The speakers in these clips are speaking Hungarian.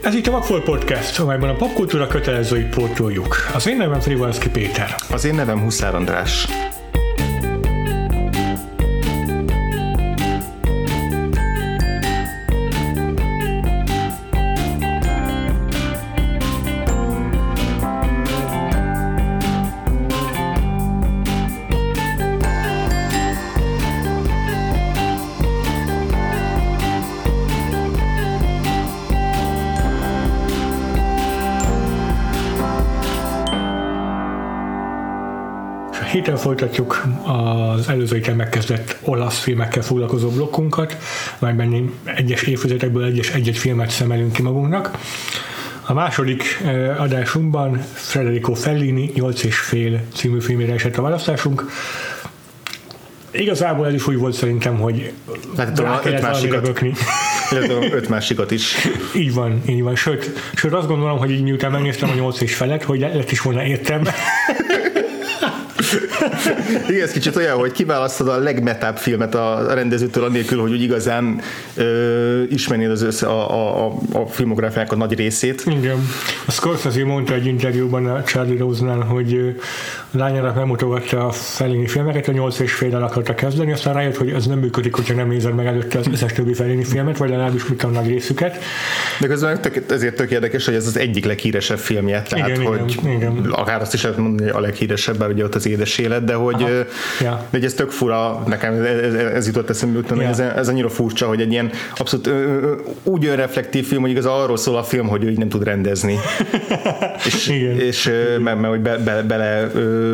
Ez itt a Vakfolt Podcast, amelyben a popkultúra kötelezőit pótoljuk. Az én nevem Frivalszki Péter. Az én nevem Huszár András. Héten folytatjuk az előző héten megkezdett olasz filmekkel foglalkozó blokkunkat, melyben egyes évtizedekből egy-egy filmet szemelünk ki magunknak. A második adásunkban Federico Fellini 8,5 című filmére esett a választásunk. Igazából ez is úgy volt szerintem, hogy rá kellett valamire bökni. 5 másikat is. Így van. Sőt, azt gondolom, hogy így miután megnéztem a 8,5-et, hogy lett is volna értelme. Igen, ez kicsit olyan, hogy kiválasztod a legmetább filmet a rendezőtől, annélkül, hogy úgy igazán ismernéd a filmográfiának a nagy részét. Igen. A Scorsese mondta egy interjúban a Charlie Rose-nál, hogy a lányának megmutogatta a Fellini filmeket, a 8,5-el akarta kezdeni, aztán rájött, hogy ez nem működik, hogyha nem nézed meg előtte az összes többi Fellini filmet, vagy legalábbis a nagy részüket. De közben ezért tök érdekes, hogy ez az egyik leghíresebb filmje, tehát igen. Akár azt is lehet mondani, a leghíresebb, bár ugye ott az Édes élet, de hogy de ez tök fura, nekem ez jutott eszembe utána, hogy ez annyira furcsa, hogy egy ilyen abszolút úgy önreflektív film, hogy igaz arról szól a film, hogy ő így nem tud rendezni. és mert hogy bele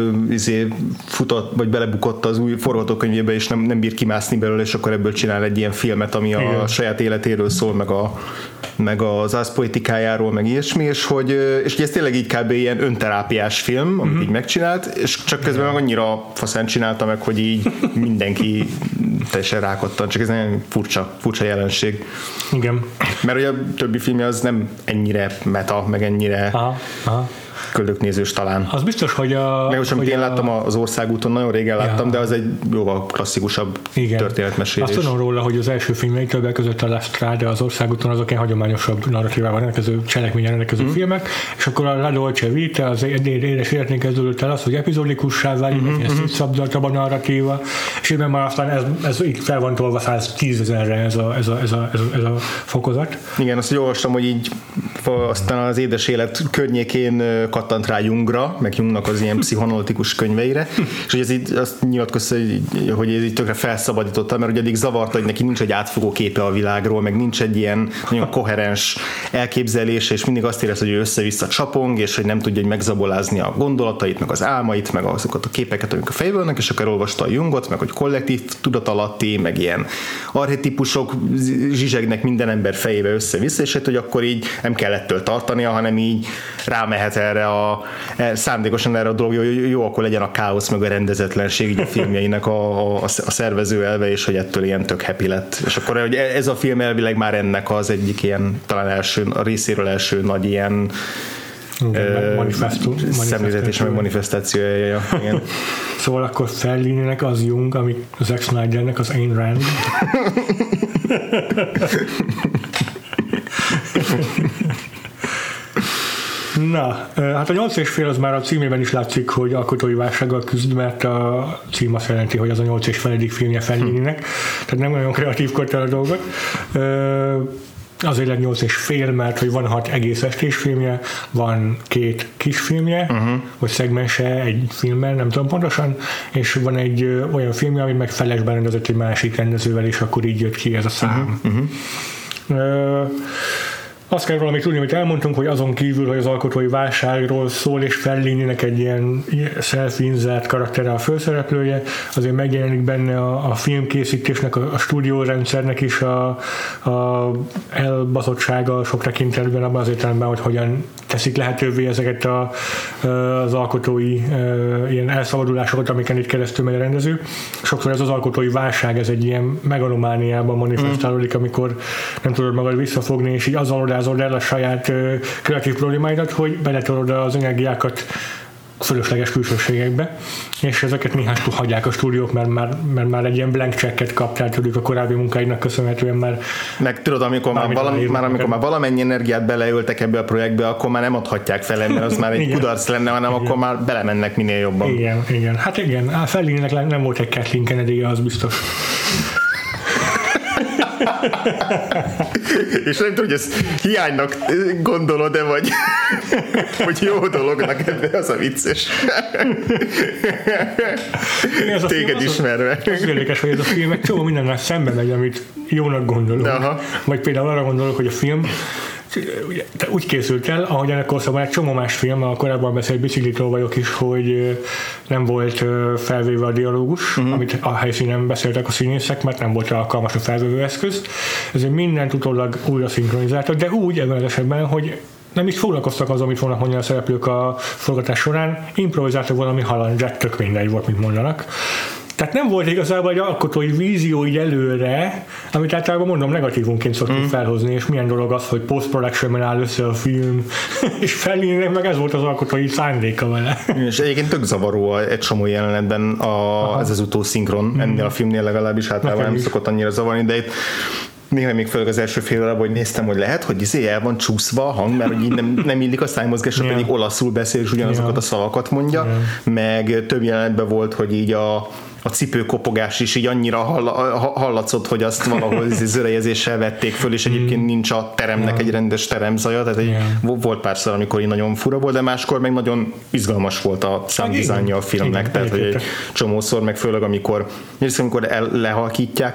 futott, vagy belebukott az új forgatókönyvébe, és nem bír kimászni belőle, és akkor ebből csinál egy ilyen filmet, ami a saját életéről szól, meg az ászpolitikájáról, meg ilyesmi, és hogy ez tényleg így kb. Ilyen önterápiás film, amit így megcsinált, és csak közben meg annyira faszán csinálta meg, hogy így mindenki teljesen rákottan, csak ez nagyon furcsa jelenség. Igen. Mert ugye a többi filmje az nem ennyire meta, meg ennyire köldöknézős talán. Az biztos, hogy amit én láttam az Országúton, nagyon régen láttam, de az egy jóval klasszikusabb történetmesélés. Azt tudom róla, hogy az első filmjei többek között a La Strada, az Országúton azok ilyen hagyományosabb narratívával rendelkező, cselekményen rendelkező filmek, és akkor a La Dolce Vita, az édes életnél kezdődött el az, hogy epizódikussá válik, ilyen szétszabdaltabb a narratíva, és eben már aztán ez így fel van tolva 110 000-re ez a fokozat. Igen, azt olvastam, hogy így aztán az Édes élet környékén kattant rá Jungra, meg Jungnak az ilyen pszichoanalitikus könyveire, és hogy ez így azt nyilatkozta, hogy ez így tökre felszabadította, mert ugye addig zavarta, hogy neki nincs egy átfogó képe a világról, meg nincs egy ilyen nagyon koherens elképzelés, és mindig azt érez, hogy ő össze-vissza csapong, és hogy nem tudja, hogy megzabolázni a gondolatait, meg az álmait, meg azokat a képeket, amik a fejében vannak, és akkor olvasta a Jungot, meg hogy kollektív tudatalatti, meg ilyen archetípusok zsizsegnek minden ember fejébe össze-vissza, és hogy akkor így nem kell ettől tartania, hanem így rámehet erre szándékosan erre a dolog, hogy jó, akkor legyen a káosz meg a rendezetlenség így a filmjeinek a szervező elve, és hogy ettől ilyen tök happy lett. És akkor hogy ez a film elvileg már ennek az egyik ilyen, talán a részéről első nagy ilyen szemléletés meg manifestációja. Igen. Szóval akkor Fellininek az Jung, ami Zack Snydernek az Ayn Rand. Na, hát a 8,5 az már a címében is látszik, hogy alkotói válsággal küzd, mert a cím azt jelenti, hogy az a 8,5. filmje Fellininek, tehát nem olyan kreatívkodta a dolgot. Azért lett 8,5, mert hogy van 6 egész estés filmje, van 2 kis filmje, vagy szegmense egy filmben, nem tudom pontosan, és van egy olyan filmje, ami meg felesben rendezett egy másik rendezővel, és akkor így jött ki ez a szám. Azt kell valamit tudni, amit elmondtunk, hogy azon kívül, hogy az alkotói válságról szól, és Fellininek egy ilyen self-insert karaktere a főszereplője, azért megjelenik benne a filmkészítésnek, a stúdiórendszernek is a elbaszottsága sok tekintetben, abban az értelemben, hogy hogyan teszik lehetővé ezeket az alkotói ilyen elszabadulásokat, amiken itt keresztül megy a rendező. Sokszor ez az alkotói válság, ez egy ilyen megalomániában manifestálódik, amikor nem tudod magad visszafogni, és így azzal odázod el a saját kreatív problémáidat, hogy beletolod az energiákat fölösleges külsőségekbe, és ezeket néhány hagyják a stúdiók, mert már egy ilyen blank checket kaptál tőlük a korábbi munkáidnak köszönhetően már. Meg tudod, amikor már valamennyi energiát beleöltek ebbe a projektbe, akkor már nem adhatják fel, mert az már egy kudarc lenne, hanem akkor már belemennek minél jobban. Igen. Hát igen, a Fellininek nem volt egy Kathleen Kennedy, az biztos. És nem tudom, hogy ezt hiánynak gondolod-e, vagy jó dolognak, de az a vicces. Téged ismerve. Az érdekes, hogy ez a film egy csomó mindennel szembe megy, amit jónak gondolok. Aha. Vagy például arra gondolok, hogy a film úgy készült el, ahogy ennek korszakban egy csomó más film, a korábban beszélt Biciklitról vagyok is, hogy nem volt felvéve a dialógus, amit a helyszínen beszéltek a színészek, mert nem volt alkalmas a felvevő eszköz. Ezért mindent utólag újra szinkronizáltak, de úgy ebben az esetben, hogy nem is foglalkoztak az, amit fognak mondani a szereplők a forgatás során, improvizáltak valami halandzsát, tök mindegy volt, mit mondanak. Tehát nem volt igazából egy alkotói vízió így előre, amit általában mondom negatívunként szoktuk felhozni, és milyen dolog az, hogy post-productionben áll össze a film, és Fellininek meg ez volt az alkotói szándéka vele. És egyébként tök zavaró egy csomó jelenetben ez az utószinkron, ennél a filmnél legalábbis általában nem szokott annyira zavarni, de itt néha még főleg az első fél órában, hogy néztem, hogy lehet, hogy el van csúszva a hang, mert hogy így nem illik a szájmozgásra, pedig olaszul beszél, és ugyanazokat a szavakat mondja, meg több jelenetben volt, hogy így a cipőkopogás is így annyira hallatszott, hogy azt valahol zörejezéssel vették föl, és egyébként nincs a teremnek egy rendes teremzaja, tehát volt párszor, amikor így nagyon fura volt, de máskor meg nagyon izgalmas volt a sounddesign-ja a filmnek, tehát hogy egy csomószor, meg főleg amikor lehalkítják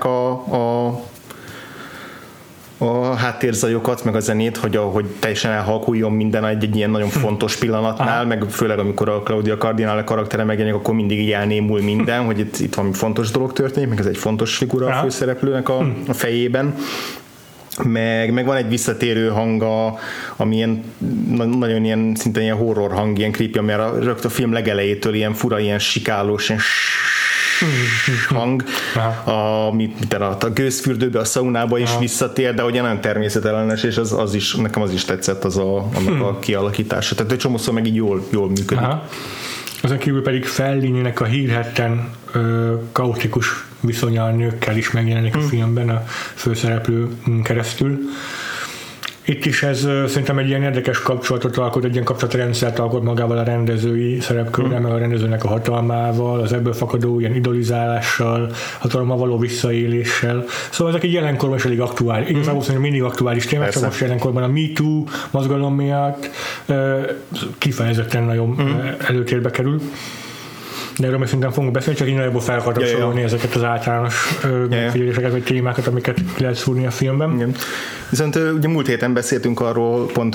a háttérzajokat, meg a zenét, hogy teljesen elhalkuljon minden egy ilyen nagyon fontos pillanatnál, meg főleg amikor a Claudia Cardinale karaktere megjelenik, akkor mindig így elnémul minden, hogy itt valami fontos dolog történik, meg ez egy fontos figura a főszereplőnek a fejében. Meg van egy visszatérő hanga, ami ilyen, nagyon ilyen, szinte ilyen horror hang, ilyen creepy, mert rögtön a film legelejétől ilyen fura, ilyen sikálós, ilyen hang, amit a gőzfürdőbe, a szaunába is visszatér, de ugye nagyon természetellenes, és az is, nekem az is tetszett annak a kialakítása. Tehát egy csomószor meg így jól működik. Azon kívül pedig Fellininek a hírhetten kaotikus viszonya a nőkkel is megjelenik a filmben a főszereplő keresztül. Itt is ez szerintem egy ilyen érdekes kapcsolatot alkot, egy ilyen kapcsolatrendszert alkot magával a rendezői szerepkörrel, meg a rendezőnek a hatalmával, az ebből fakadó ilyen idolizálással, hatalommal való visszaéléssel. Szóval ezek egy jelenkorban is elég aktuális. Igazából szerintem mindig aktuális témák, csak most jelenkorban a Me Too mozgalom miatt kifejezetten nagyon előtérbe kerül. De erről még szerintem fogunk beszélni, csak így nagyjából fel akartam sorolni ezeket az általános megfigyeléseket, vagy témákat, amiket ki lehet szúrni a filmben. Igen. Viszont ugye múlt héten beszéltünk arról pont,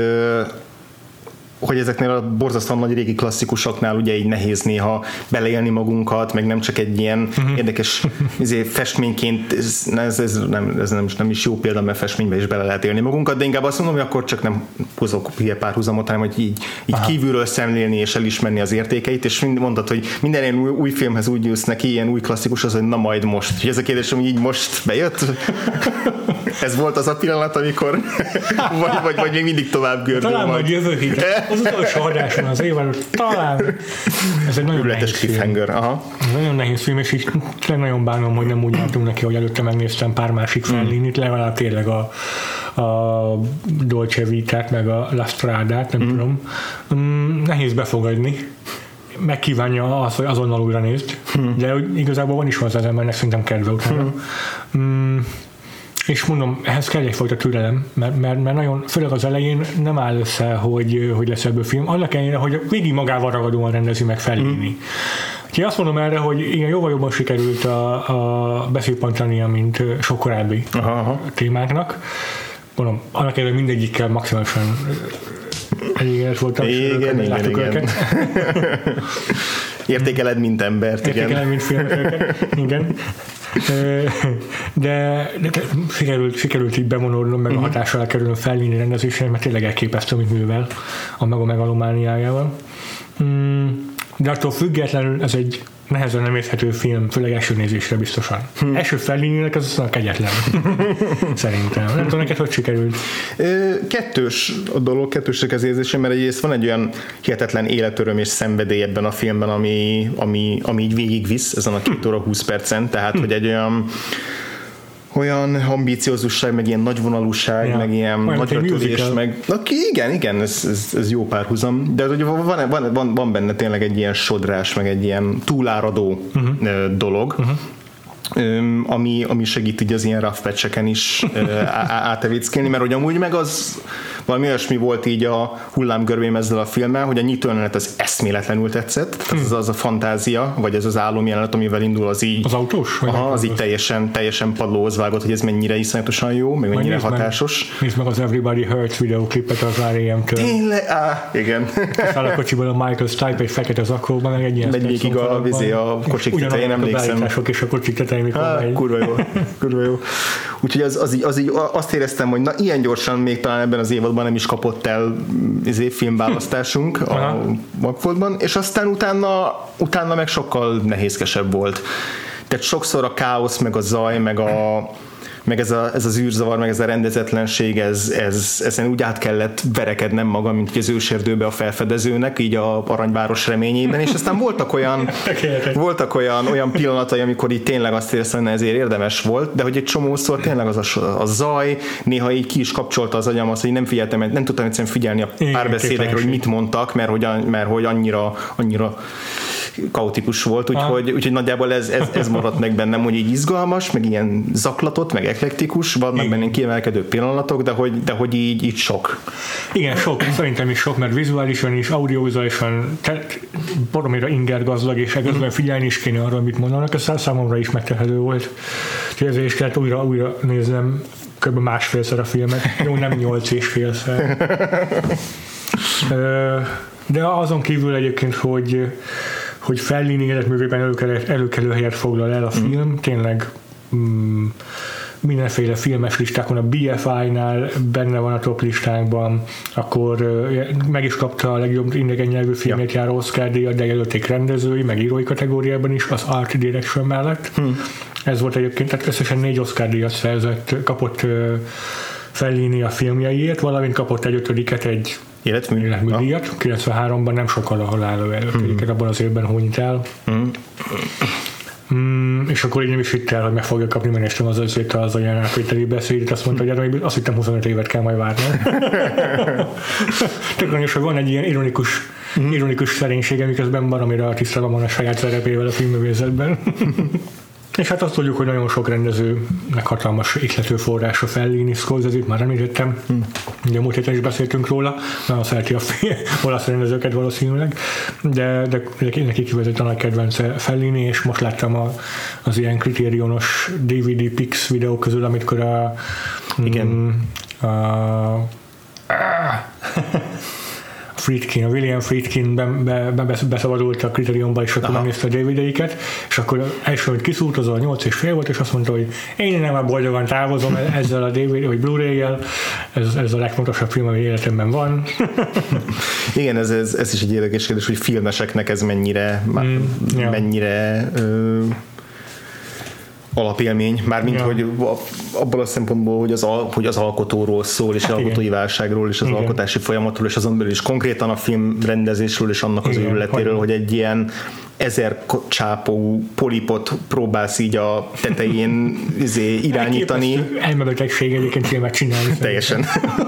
hogy ezeknél a borzasztóan nagy régi klasszikusoknál ugye így nehéz néha beleélni magunkat, meg nem csak egy ilyen érdekes festményként, ez nem is jó példa, mert festménybe is bele lehet élni magunkat, de inkább azt mondom, hogy akkor csak nem hozok ilyen párhuzamot, hanem hogy így kívülről szemlélni és elismerni az értékeit, és mondtad, hogy minden ilyen új filmhez úgy jössz neki, ilyen új klasszikus az, hogy na majd most. És ez a kérdés, hogy így most bejött? Ez volt az a pillanat, amikor vagy még mindig tovább gördül. Talán majd jövő héten. Az utolsó adáson az év előtt talán. Ez egy nagyon nehéz film. Nagyon nehéz film, és így nagyon bánom, hogy nem úgy álltunk neki, hogy előtte megnéztem pár másik Fellinit, legalább tényleg a Dolce Vitát, meg a La Stradát, nem tudom. Nehéz befogadni. Megkívánja azt, hogy azonnal újra nézd, de igazából van is hozzá az embernek szerintem kedve utána. És mondom, ehhez kell egyfajta türelem, mert nagyon, főleg az elején nem áll össze, hogy lesz ebből film, annak ellenére, hogy végig magával ragadóan rendezi meg Fellini. Úgyhogy azt mondom erre, hogy igen, jóval jobban sikerült a beszélpontania, mint sok korábbi témáknak. Mondom, annak ellenére mindegyikkel maximálisan elégedett voltam, és láttuk őket. Értékeled, mint embert, igen. Értékeled, mint filmeket, igen. De sikerült így bevonulnom, meg a hatás alá kerülnöm Fellini rendezésre, mert tényleg elképesztő, amit művel a megalomániájával. De attól függetlenül ez egy nehezen nem érthető film, főleg első nézésre biztosan. Első Fellininek ez aztán kegyetlen. Szerintem. Nem tudom, neked hogy sikerült? Kettős a dolog, kettős az érzésem, mert egyrészt van egy olyan hihetetlen életöröm és szenvedély ebben a filmben, ami így végigvisz ezen a 2 óra 20 percen, tehát hogy egy olyan ambíciózusság, meg ilyen nagyvonalúság, meg ilyen nagyratörés, meg igen, ez jó párhuzam, de hogy van benne tényleg egy ilyen sodrás, meg egy ilyen túláradó dolog, ami segít így az ilyen rough patch-eken is átevickélni, mert hogy amúgy meg az valami olyasmi volt így a hullámgörbém ezzel a filmmel, hogy a nyitójelenet az eszméletlenül tetszett, tehát az a fantázia, vagy ez az álomjelenet, amivel indul az így... Az autós? Aha, az így teljesen padlóhoz vágott, hogy ez mennyire iszonyatosan jó, meg mennyire hatásos. Nézd meg az Everybody Hurts videóklipet az R.E.M-től. Tényleg? Igen. Száll a kocsiból a Michael Stipe egy fekete zakóban, meg egy ilyen... Megy végig a kocsik tetején, emlékszem. És a kocsik tetején, mikor megy. Kurva jó. Úgyhogy az így azt éreztem, hogy na ilyen gyorsan még talán ebben az évadban nem is kapott el filmválasztásunk a Vagfoldban, és aztán utána meg sokkal nehézkesebb volt. Tehát sokszor a káosz, meg a zaj, meg ez az űrzavar, meg ez a rendezetlenség, ezen úgy át kellett verekednem magam, mint az őserdőbe a felfedezőnek, így a Aranyváros reményében, és aztán voltak olyan pillanatai, amikor így tényleg azt éreztem, hogy ezért érdemes volt, de hogy egy csomószor tényleg az a zaj, néha így ki is kapcsolta az agyam azt, hogy nem figyeltem, nem tudtam egyszerűen figyelni a párbeszédekre, hogy mit mondtak, mert hogy annyira kaotikus volt, úgyhogy nagyjából ez maradt meg bennem, hogy így izgalmas, meg ilyen zaklatott, meg eklektikus, vannak benne kiemelkedő pillanatok, de hogy így sok. Igen, sok, szerintem is sok, mert vizuálisan is, audiovizuálisan baromira ingergazdag, és egészben figyelni is kéne arra, amit mondanak, ez számomra is megtehető volt. Úgyhogy ezért is kellett újra néznem kb. Másfélszer a filmet, jó, nem 8,5-szer. De azon kívül egyébként, hogy Fellini életművében előkelő helyet foglal el a film, tényleg mindenféle filmes listákon, a BFI-nál benne van a top listánkban, akkor meg is kapta a legjobb idegen nyelvű filmét járó Oscar-díjat, de jelölték rendezői, meg írói kategóriában is, az Art Direction mellett. Ez volt egyébként, tehát összesen 4 Oscar-díjat kapott Fellini a filmjeiért, valamint kapott egy 5-et, egy életműdíjat. 93-ban nem sokkal a halál előtt, abban az évben hunyt el. És akkor így nem is hitt el, hogy meg fogja kapni, mert néztem az olyan átvételi beszédet, azt mondta, hogy azt hittem 25 évet kell majd várni. Tökéletes, hogy van egy ilyen ironikus szerénysége, miközben baromira tisztában van a saját szerepével a filmművészetben. És hát azt tudjuk, hogy nagyon sok rendezőnek hatalmas ihlető forrása Fellini, Scorsese-t már említettem, ugye a múlt héten is beszéltünk róla, nagyon szereti a olasz rendezőket valószínűleg, de neki kifejezetten nagy kedvence Fellini, és most láttam az ilyen kritérionos DVD Pix videók közül, amikor William Friedkin beszabadult a Criterionba, és akkor megnézte a DVD-iket, és akkor első, hogy kiszúrt, az a 8,5 volt, és azt mondta, hogy én nem már boldogan távozom ezzel a DVD, vagy Blu-ray-jel, ez a legfontosabb film, ami életemben van. Igen, ez is egy érdekes kérdés, hogy filmeseknek ez mennyire alapélmény, mármint hogy abban a szempontból, hogy az alkotóról szól, és az alkotói válságról, és az alkotási folyamatról, és azon belül is konkrétan a filmrendezésről, és annak az őrületéről, hogy egy ilyen 1000 csápó polipot próbálsz így a tetején irányítani. Elmebetegség egyébként filmet csinálni. Teljesen.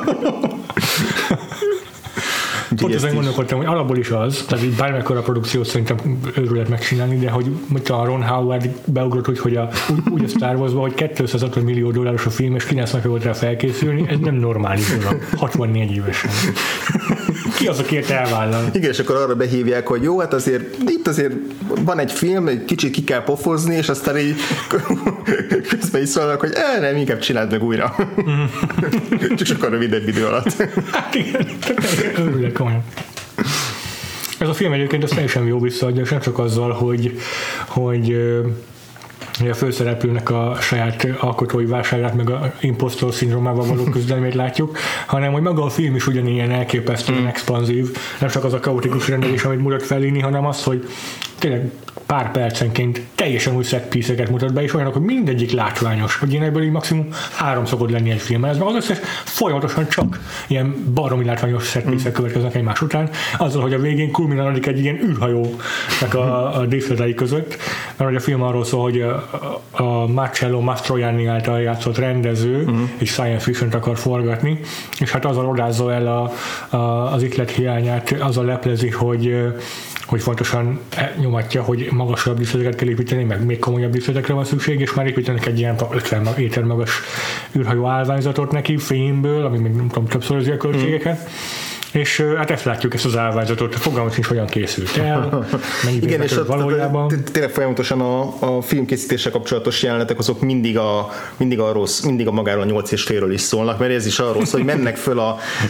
Pont ezen gondolkodtam, hogy alapból is az, tehát így bármekkor a produkciót szerintem őrület megcsinálni, de hogy a Ron Howard beugrott, hogy úgy a Star Wars-ba, hogy $250 millió a film, és 9 napja volt rá felkészülni, ez nem normális dolog, 64 évesen. Ki az, akiért elvállal? Igen, és akkor arra behívják, hogy jó, hát itt azért van egy film, egy kicsit ki kell pofozni, és aztán így közben is szólnak, hogy nem, inkább csináld meg újra. Csak sokkal rövidebb idő alatt. Hát igen, örülök komolyan. Ez a film egyébként ezt teljesen jó visszaadja, és nem csak azzal, hogy a főszereplőnek a saját alkotói válságát, meg a impostor szindrómával való küzdelmét látjuk, hanem hogy maga a film is ugyanilyen elképesztően expanzív, nem csak az a kaotikus rendezés, amit mutat Fellini, hanem az, hogy tényleg pár percenként teljesen új set piece-eket mutat be, és olyanok, hogy mindegyik látványos, hogy ilyen ebből így maximum 3 szokott lenni egy filmben. Ez meg az összes folyamatosan csak ilyen baromi látványos set piece-ek következnek egymás után, azzal, hogy a végén kulminálódik egy ilyen űrhajónak a díszletei között, mert hogy a film arról szól, hogy a Marcello Mastroianni által játszott rendező és science fiction-t akar forgatni, és hát azzal odázza el az ihlet hiányát, azzal leplezi, hogy fontosan nyomatja, hogy magasabb díszleteket kell építeni, meg még komolyabb díszletekre van szükség, és már építenek egy ilyen 50 méter magas űrhajó állványzatot neki fémből, ami még nem tudom, többszörözi a költségeket. És hát ezt látjuk, ezt az állványzatot, fogalmat is hogyan készült el, igen, és valójában. Tényleg folyamatosan a filmkészítéssel kapcsolatos jelenetek azok mindig a magáról a 8,5-ről is szólnak, mert ez is arról szól, hogy mennek föl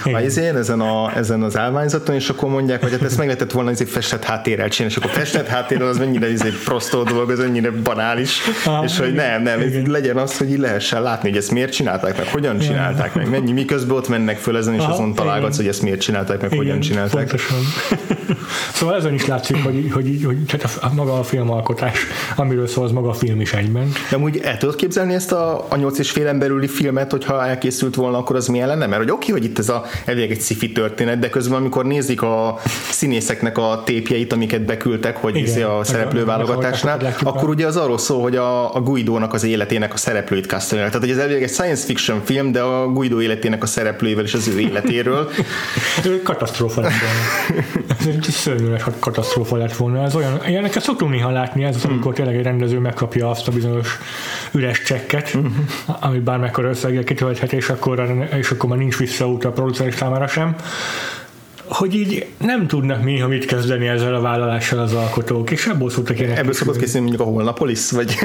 ezen az állványzaton, és akkor mondják, hogy hát ezt meg lehetett volna festett háttérrel csinálni, és akkor festett háttérrel az mennyire prostó dolog, az ennyire banális, és hogy nem, legyen az, hogy így lehessen látni, hogy ezt miért csinálták meg, hogyan csinálták meg, miközben ott mennek föl ezen, és azon találgatsz, hogy ezt miért csinálták meg, hogyan csinálták. Pontosan. Szóval ezen is látszik, hogy maga a filmalkotás, amiről szól, az maga a film is egyben. De úgy el tudod képzelni ezt a 8,5 belüli filmet, hogyha elkészült volna, akkor az milyen lenne? Mert hogy oké, hogy itt ez elvileg egy sci-fi történet, de közben amikor nézik a színészeknek a tépjeit, amiket beküldtek, hogy igen, a szereplőválogatásnál, akkor ugye az arról szól, hogy a Guidónak az életének a szereplőit kasztolják. Tehát, hogy ez elvileg egy science fiction film, de a Guidó életének a szereplőivel és az ő életéről. Katasztrófa lett volna. Ez egy szörnyűleg katasztrófa lett volna. Ez olyan, ilyeneket szoktunk néha látni, ez az, amikor tényleg egy rendező megkapja azt a bizonyos üres csekket, amit bármekkora összeggel kitölthet, és akkor már nincs visszaút a producerek számára sem, hogy így nem tudnak néha mit kezdeni ezzel a vállalással az alkotók, és ebből szoktak ilyenek. Ebből szokott készülni mondjuk a Holnapolis, vagy...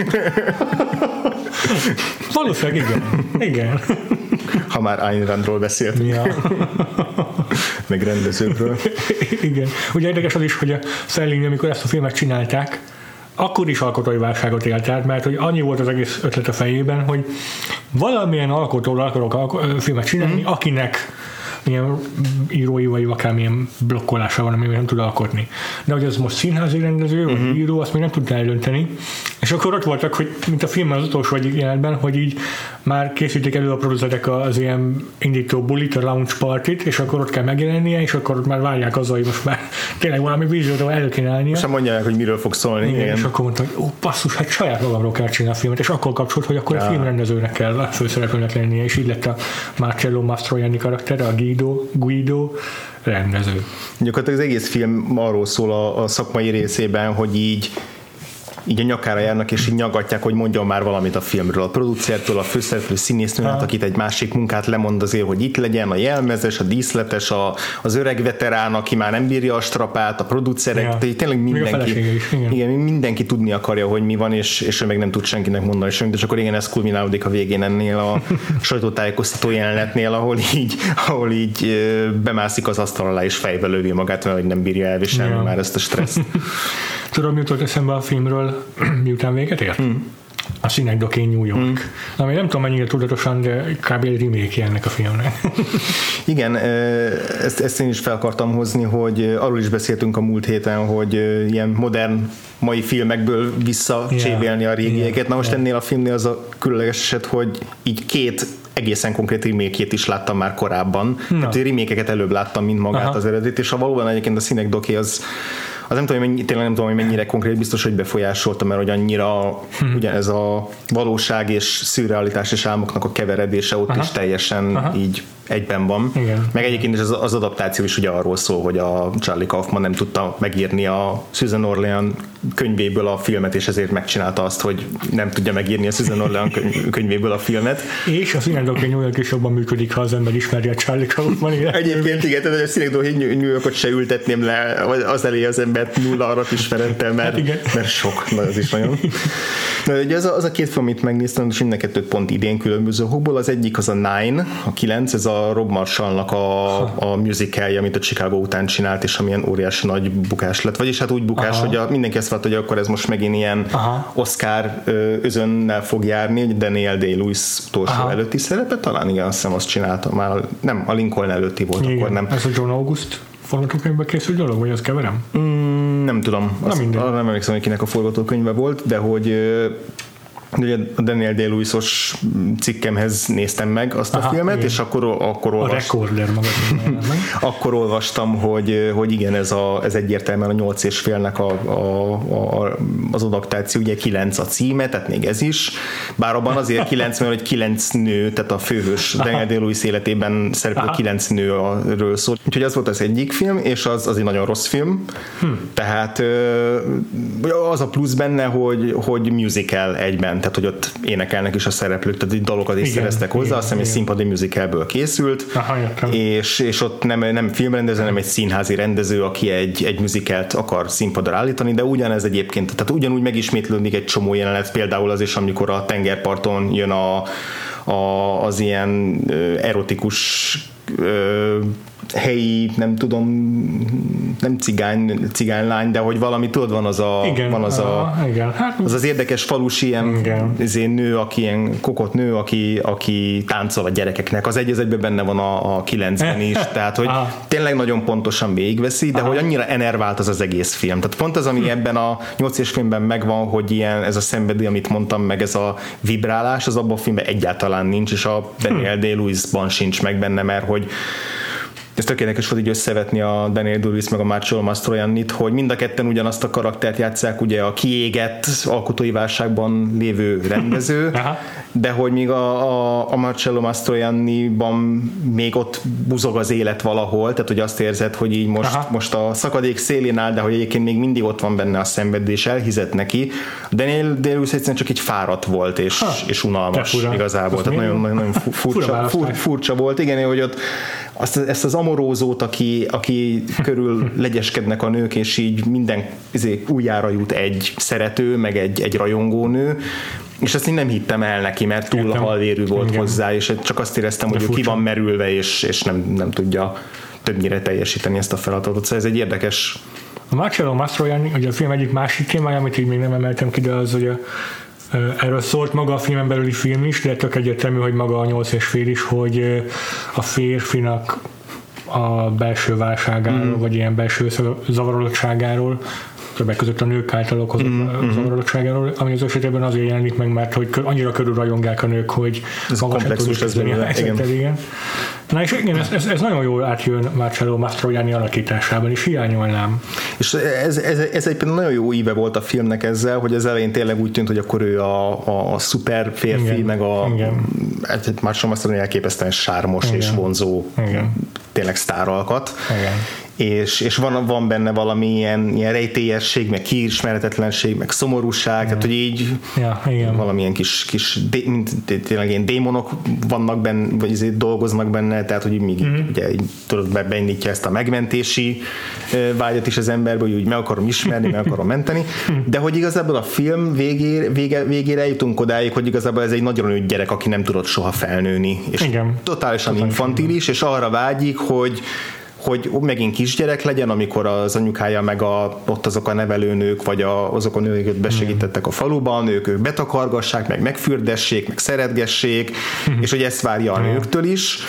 Valószínűleg igen. Ha már Ayn Randról beszéltünk. Ja. Meg rendezőkről. Igen. Ugye érdekes az is, hogy a Szelling, amikor ezt a filmet csinálták, akkor is alkotói válságot élt át, mert hogy annyi volt az egész ötlet a fejében, hogy valamilyen alkotóról akarok filmet csinálni, akinek ilyen írói vagy akármilyen blokkolása van, amivel nem tud alkotni. De hogy az most színházi rendező, vagy író, azt még nem tudta eldönteni. És akkor ott voltak, hogy mint a filmben az utolsó egy jelenetben, hogy így már készítik elő a producerek az ilyen indító bulit, a launch partit, és akkor ott kell megjelennie, és akkor ott már várják azzal, hogy most már tényleg valami vízióról elő kéne állnia. És mondják, hogy miről fog szólni. Igen. És akkor mondta, hogy basszus, hát saját magamról kell csinálni a filmet, és akkor kapcsolt, hogy akkor a filmrendezőnek kell a főszereplőnek lennie, és így lett a Marcello Mastroianni karaktere, a Guido rendező. Gyakorlatilag az egész film arról szól a szakmai részében, hogy így a nyakára járnak, és így nyagatják, hogy mondjon már valamit a filmről. A producertől, a főszereplő színésznőnek, akit egy másik munkát lemond azért, hogy itt legyen, a jelmezes, a díszletes, az öreg veterán, aki már nem bírja a strapát, a producerek, tényleg mindenki tudni akarja, hogy mi van, és ő meg nem tud senkinek mondani semmit, és akkor igen, ez kulminálódik a végén ennél a sajtótájékoztató jelenetnél, ahol így bemászik az asztal alá, és fejbe lövi magát, mert nem bírja elviselni már ezt a stresszt. Tudod, mi jutott eszembe a filmről, miután véget ért? A Synecdoche New York. Ami nem tudom mennyire tudatosan, de kb. Egy remake ennek a filmnek. Igen, ezt én is fel akartam hozni, hogy arról is beszéltünk a múlt héten, hogy ilyen modern mai filmekből visszacsébélni a régieket. Na most ennél a filmnél az a különleges eset, hogy így két egészen konkrét remake-jét is láttam már korábban. Tehát remake-eket előbb láttam, mint magát az eredet, és ha valóban egyébként a Synecdoche az nem tudom, hogy mennyire konkrét, biztos, hogy befolyásolta, mert hogy annyira ugyanez a valóság és szürrealitás és álmoknak a keveredése ott is teljesen így egyben van. Igen. Meg egyébként is az adaptáció is ugye arról szól, hogy a Charlie Kaufman nem tudta megírni a Susan Orlean könyvéből a filmet, és ezért megcsinálta azt, hogy nem tudja megírni a Susan Orlean könyvéből a filmet. És a Synecdoche New York is jobban működik, ha az ember ismeri a Charlie Kaufman életét. Egyébként igen, tehát a Synecdoche New Yorkot se ültetném le az elé az embert nulla arat ismerettel, mert sok, az is nagyon. Ugye az a két film, amit megnéztem, és mind a kettőt pont idén különböző okokból. Az egyik az a 9, ez a Rob Marshallnak a musicalje, amit a Chicago után csinált, és amilyen óriási nagy bukás lett. Vagyis hát úgy bukás, hogy mindenki ezt várta, hogy akkor ez most megint ilyen Oscar özönnel fog járni, hogy Daniel Day-Lewis utolsó előtti szerepe, talán igen, azt hiszem azt csinálta. Már nem, a Lincoln előtti volt, igen, akkor nem. Ez a John August forgatókönyvbe készült dolog, vagy az keverem? Nem tudom. Arra nem emlékszem, hogy kinek a forgatókönyve volt, de hogy ugye a Daniel Day-Lewis-os cikkemhez néztem meg azt a filmet, igen. És akkor olvastam, hogy igen, ez egyértelműen a 8,5-nek az adaptáció, ugye 9 a címe, tehát még ez is, bár abban azért 9, mert hogy 9 nő, tehát a főhős Daniel Day-Lewis életében szereplő 9 nőről szól. Úgyhogy az volt az egyik film, és az egy nagyon rossz film, tehát az a plusz benne, hogy musical egyben, tehát hogy ott énekelnek is a szereplők, tehát így dalokat is szereztek hozzá, azt hiszem egy színpadi musicalből készült, és ott nem filmrendező, hanem egy színházi rendező, aki egy musicalt akar színpadra állítani, de ugyanez egyébként, tehát ugyanúgy megismétlődik egy csomó jelenet, például az is, amikor a tengerparton jön az ilyen erotikus helyi, nem tudom, nem cigánylány, de hogy valami, tudod, van az az érdekes falusi ilyen nő, aki ilyen kokott nő, aki táncol a gyerekeknek. Az egy benne van a 9-ben is, tehát hogy tényleg nagyon pontosan végigveszi, de hogy annyira enervált az egész film. Tehát pont az, ami ebben a 8-es filmben megvan, hogy ilyen ez a szenvedély, amit mondtam, meg ez a vibrálás, az abban a filmben egyáltalán nincs, és a Daniel Day-Lewisban sincs meg benne, mert hogy ez tökéletes volt így összevetni a Daniel Day-Lewis meg a Marcello Mastroiannit, hogy mind a ketten ugyanazt a karaktert játsszák, ugye a kiégett alkotói válságban lévő rendező, de hogy még a Marcello Mastroianniban még ott buzog az élet valahol, tehát hogy azt érzed, hogy így most a szakadék szélén áll, de hogy egyébként még mindig ott van benne a szenvedés, elhizett neki. Daniel Day-Lewis egyszerűen csak így fáradt volt, és unalmas igazából, tehát nagyon furcsa volt, igen, hogy ott ezt az amorózót, aki körül legyeskednek a nők, és így minden újjára jut egy szerető, meg egy rajongónő, és ezt én nem hittem el neki, mert túl halvérű volt hozzá, és csak azt éreztem, hogy ő ki van merülve, és nem tudja többnyire teljesíteni ezt a feladatot. Szóval ez egy érdekes... A Marcello Mastroianni, ugye a film egyik másik témája, amit így még nem emeltem ki, de az ugye erről szólt maga a filmen belüli film is, de tök egyértelmű, hogy maga a 8,5 is, hogy a férfinak a belső válságáról, vagy ilyen belső zavarodottságáról, többek között a nők által okozott zavarodottságáról, ami az esetében azért jelenik meg, mert hogy annyira körülrajongják a nők, hogy maga sem tudjuk kezdeni a helyzetet, igen. Na és igen, ez nagyon jól átjön Marcello Mastroianni alakításában, és hiányolnám. És ez egy nagyon jó íve volt a filmnek ezzel, hogy az elején tényleg úgy tűnt, hogy akkor ő a szuper férfi, igen, meg Marcello Mastroianni elképesztően sármos, igen, és vonzó, igen, tényleg sztáralkat. Igen. És van benne valami ilyen rejtélyesség, meg kiismeretetlenség, meg szomorúság, tehát hogy így valamilyen kis tényleg ilyen démonok vannak benne, vagy dolgoznak benne, tehát hogy még ugye tudod, beindítja ezt a megmentési vágyat is az emberbe, hogy úgy meg akarom ismerni, meg akarom menteni, de hogy igazából a film végére eljutunk odáig, hogy igazából ez egy nagyon nőtt gyerek, aki nem tudott soha felnőni, és totálisan infantilis, és arra vágyik, hogy megint kisgyerek legyen, amikor az anyukája meg ott azok a nevelőnők, vagy azok a nők, akik besegítettek a faluban, ők betakargassák, meg megfürdessék, meg szeretgessék, és hogy ezt várja a nőktől is.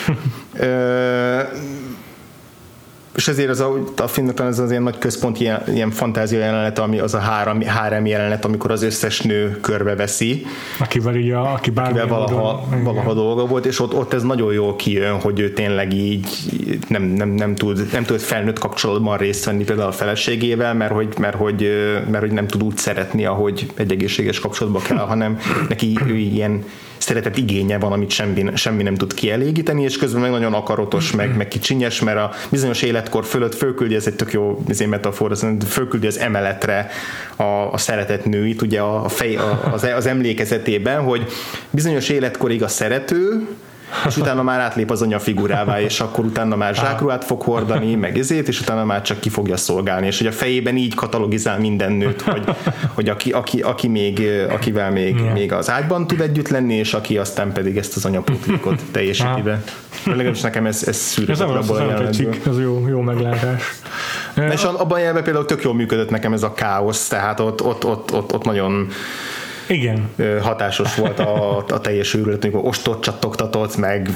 És ezért a filmnek ez az ilyen nagy központi ilyen fantázia jelenet, ami az a hárem jelenet, amikor az összes nő körbeveszi. Akivel valaha dolga volt, és ott ez nagyon jól kijön, hogy ő tényleg így nem tud felnőtt kapcsolatban részt venni például a feleségével, mert hogy nem tud úgy szeretni, ahogy egy egészséges kapcsolatba kell, hanem neki ilyen szeretet igénye van, amit semmi nem tud kielégíteni, és közben meg nagyon akaratos, meg kicsinyes, mert a bizonyos életkor fölött fölküldi, ez egy tök jó metafora, fölküldi az emeletre a szeretett nőit, ugye az emlékezetében, hogy bizonyos életkorig a szerető, és utána már átlép az anya figurává, és akkor utána már zsákruhát fog hordani, meg ezért, és utána már csak ki fogja szolgálni, és hogy a fejében így katalogizál minden nőt, hogy akivel még az ágyban tud együtt lenni, és aki aztán pedig ezt az anyapótlékot teljesíti be. Legalábbis nekem ez szűrhetett abból a jelenetből. Ez jó meglátás. És abban a jelenetben például tök jól működött nekem ez a káosz, tehát ott nagyon Igen. Hatásos volt a teljes őrület, amikor ostot csattogtatott,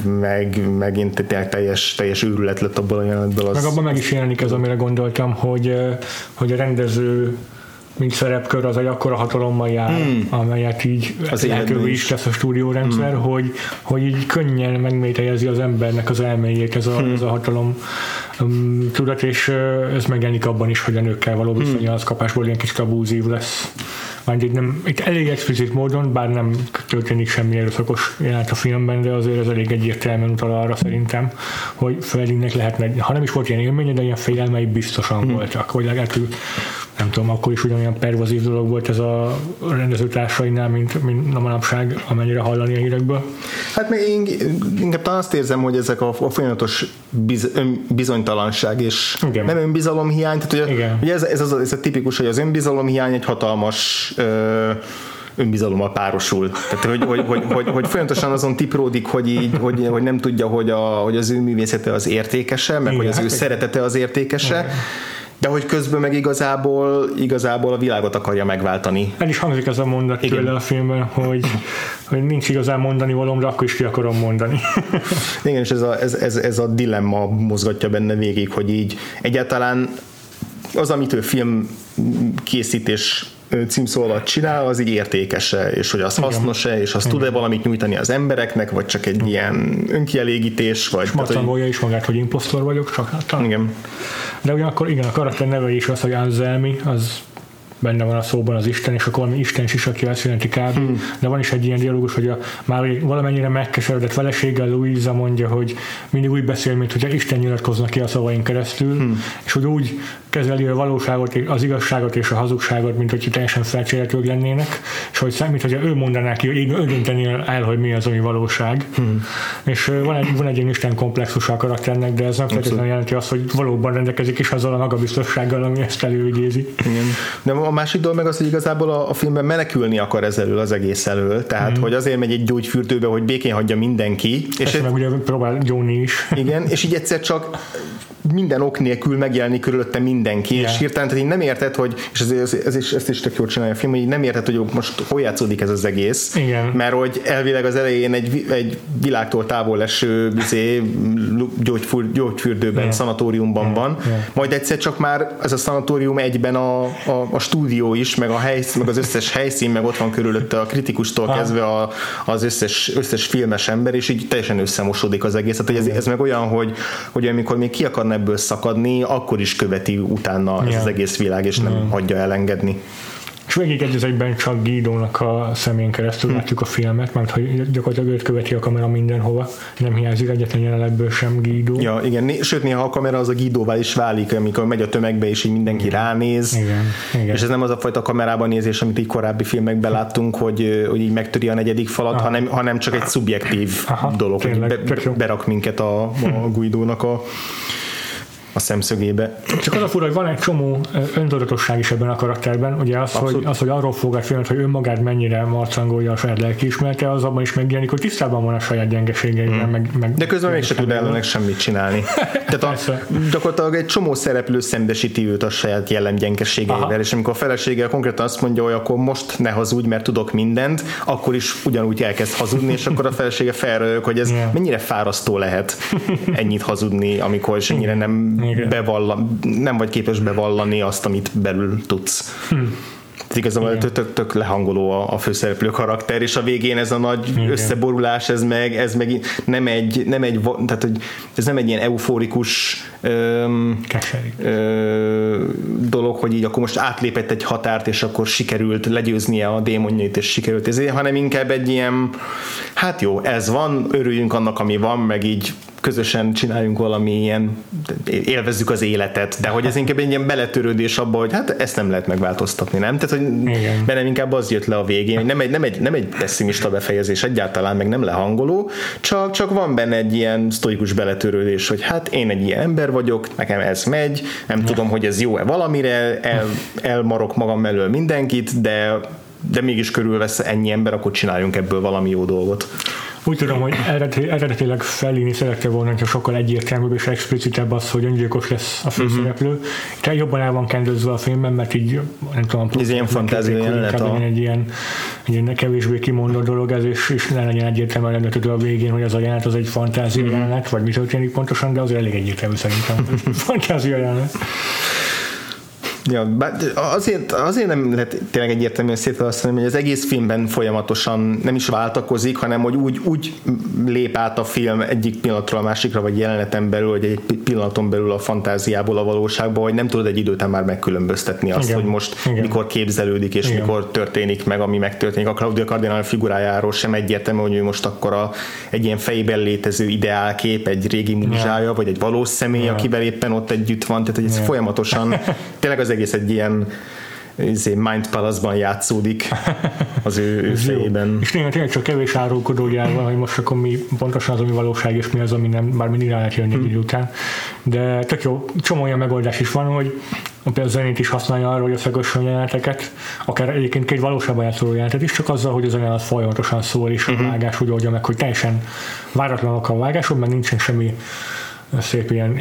megint teljes őrület lett abból a jelenetből. Meg abban meg is jelenik ez, amire gondoltam, hogy a rendező mint szerepkör az egy akkora hatalommal jár, amelyet így lehetővé is tesz a stúdiórendszer, hogy így könnyen megmételjezi az embernek az elméjét ez a hatalom tudat, és ez megjelenik abban is, hogy a nőkkel való viszonyalazkapásból ilyen kicsit abúzív lesz. Itt elég explicit módon, bár nem történik semmi erőszakos jelenet a filmben, de azért ez elég egyértelműen utal arra szerintem, hogy Freddynek lehetne, ha nem is volt ilyen élménye, de ilyen félelmei biztosan voltak, vagy legalább nem tudom, akkor is ugyanolyan pervazív dolog volt ez a rendezőtársainál, mint a manapság, amennyire hallani a hírekből. Hát még inkább talán azt érzem, hogy ezek a folyamatos bizonytalanság és igen. Nem önbizalomhiány, tehát hogy ez a tipikus, hogy az önbizalomhiány egy hatalmas önbizalommal párosul. Tehát, hogy folyamatosan azon tipródik, hogy nem tudja, hogy az ő művészete az értékese, meg hogy az ő szeretete az értékese, de hogy közben meg igazából a világot akarja megváltani. El is hangzik ez a mondat tőle a filmben, hogy nincs igazán mondani valóm, de akkor is ki akarom mondani. Igen, és ez a dilemma mozgatja benne végig, hogy így egyáltalán az, amit ő film készítés címszó alatt csinál, az így értékese, és hogy az hasznos-e, és az tud-e valamit nyújtani az embereknek, vagy csak egy ilyen önkielégítés, vagy... És magasztalja is magát, hogy imposztor vagyok, csak hát. Igen. De ugyanakkor igen, a karakter neve is az, hogy Anselmi, az benne van a szóban az Isten, és akkor valami Isten is, aki azt jelenti kb. De van is egy ilyen dialógus, hogy már valamennyire megkeseredett feleséggel Louisa mondja, hogy mindig úgy beszél, mint hogy Isten nyilatkozna ki a szavaink keresztül, és hogy úgy kezeli a valóságot, az igazságot és a hazugságot, mint hogy teljesen felcséretők lennének, és hogy mint hogy ő mondaná ki, hogy ő dönteni el, hogy mi az, ami valóság. És van egy ilyen Isten komplexusa a karakternek, de ez nem feltétlenül jelenti azt, hogy valóban rendelkezik is azzal a magabiztossággal, ami ezt előidézi. De a másik dolog meg az, hogy igazából a filmben menekülni akar ez elől, az egész elől. Tehát, hogy azért megy egy gyógyfürdőbe, hogy békén hagyja mindenki. És meg ugye próbál gyónni is. Igen, és így egyszer csak minden ok nélkül megjelenik körülötte mindenki, és hirtelen, tehát így nem érted, hogy, és ezt is tök jól csinálja a film, hogy így nem érted, hogy most hol játszódik ez az egész, igen. Mert hogy elvileg az elején egy világtól távol eső gyógyfürdőben, szanatóriumban van, majd egyszer csak már ez a szanatórium egyben a stúdió is, meg meg az összes helyszín, meg ott van körülötte a kritikustól kezdve az összes filmes ember, és így teljesen összemosódik az egész. Tehát, hogy ez meg olyan, hogy amikor még ki akarna ebből szakadni, akkor is követi utána ez az egész világ, és nem hagyja elengedni. És végig egyben csak Guidónak a szemén keresztül látjuk a filmet, mert hogy gyakorlatilag őt követi a kamera mindenhova, nem hiányzik egyetlen jelenetből sem Guidó. Ja, igen, sőt néha a kamera az a Guidóvá is válik, amikor megy a tömegbe, és így mindenki ránéz. Igen. És ez nem az a fajta kamerában nézés, amit így korábbi filmekben láttunk, hogy így megtöri a negyedik falat, hanem csak egy szubjektív dolog, tényleg, hogy berak minket a Guidónak a szemszögébe. Csak az a fura, hogy van egy csomó öntudatosság is ebben a karakterben, ugye az, hogy arról fog a filmet, hogy önmagát mennyire marcangolja a saját lelkiismerete, az abban is megjelenik, hogy tisztában van a saját gyengeségeivel. De közben mégsem tud ellenek semmit csinálni. Tehát gyakorlatilag egy csomó szereplő szembesíti őt a saját jellemgyengeségeivel, és amikor a felesége konkrétan azt mondja, hogy akkor most ne hazudj, mert tudok mindent, akkor is ugyanúgy elkezd hazudni, és akkor a felesége felröhög, hogy ez mennyire fárasztó lehet ennyit hazudni, amikor is ennyire nem vagy képes bevallani azt, amit belül tudsz. Igazából tök lehangoló a főszereplő karakter, és a végén ez a nagy összeborulás, ez meg nem egy tehát, hogy ez nem egy ilyen euforikus dolog, hogy így akkor most átlépett egy határt, és akkor sikerült legyőznie a démonjait, és sikerült ezért, hanem inkább egy ilyen, hát jó, ez van, örüljünk annak, ami van, meg így közösen csináljunk valami ilyen, élvezzük az életet, de hogy ez inkább egy ilyen beletörődés abba, hogy hát ezt nem lehet megváltoztatni, nem? Tehát, hogy bennem inkább az jött le a végén, hogy nem egy pessimista befejezés egyáltalán, meg nem lehangoló, csak van benne egy ilyen sztoikus beletörődés, hogy hát én egy ilyen ember vagyok, nekem ez megy, nem tudom, hogy ez jó-e valamire, elmarok magam elől mindenkit, de mégis körülvesz ennyi ember, akkor csináljunk ebből valami jó dolgot. Úgy tudom, hogy eredetileg Fellini szerette volna, hogyha sokkal egyértelműbb és explicitebb az, hogy öngyilkos lesz a főszereplő. Jobban el van kendőzve a filmben, mert így nem tudom, ez ilyen fantázia jelenet. Egy ilyen egy kevésbé kimondott dolog ez, és ne legyen egyértelműen rendeltető a végén, hogy az a jelenet az egy fantázia jelenet, vagy mi történik pontosan, de azért elég egyértelmű szerintem. Fantázia jelenet. Ja, azért nem lehet tényleg egyértelműen szétválasztani, hogy az egész filmben folyamatosan nem is váltakozik, hanem hogy úgy lép át a film egyik pillanatról a másikra, vagy jeleneten belül, vagy egy pillanaton belül a fantáziából a valóságba, hogy nem tudod egy idő után már megkülönböztetni azt, hogy most mikor képzelődik, és mikor történik meg, ami megtörténik. A Claudia Cardinal figurájáról sem egyértelmű, hogy ő most akkor egy ilyen fejében létező ideálkép, egy régi múzsája, vagy egy valós személy, akivel éppen ott együtt van, tehát hogy ez folyamatosan tényleg az egész egy ilyen Mind Palace-ban játszódik az ő fejében. És tényleg csak kevés árulkodó jár van, hogy most akkor mi pontosan az, ami valóság, és mi az, ami nem, bár mindig rá lehet jönni idő után. De tök jó, csomó olyan megoldás is van, hogy például zenét is használja arra, hogy összekössön jeleneteket, akár egyébként egy valóságban játszoló jelenetet is, csak azzal, hogy az jelenet folyamatosan szól, és a vágás úgy oldja meg, hogy teljesen váratlanok a vágások, meg nincsen semmi szép ilyen,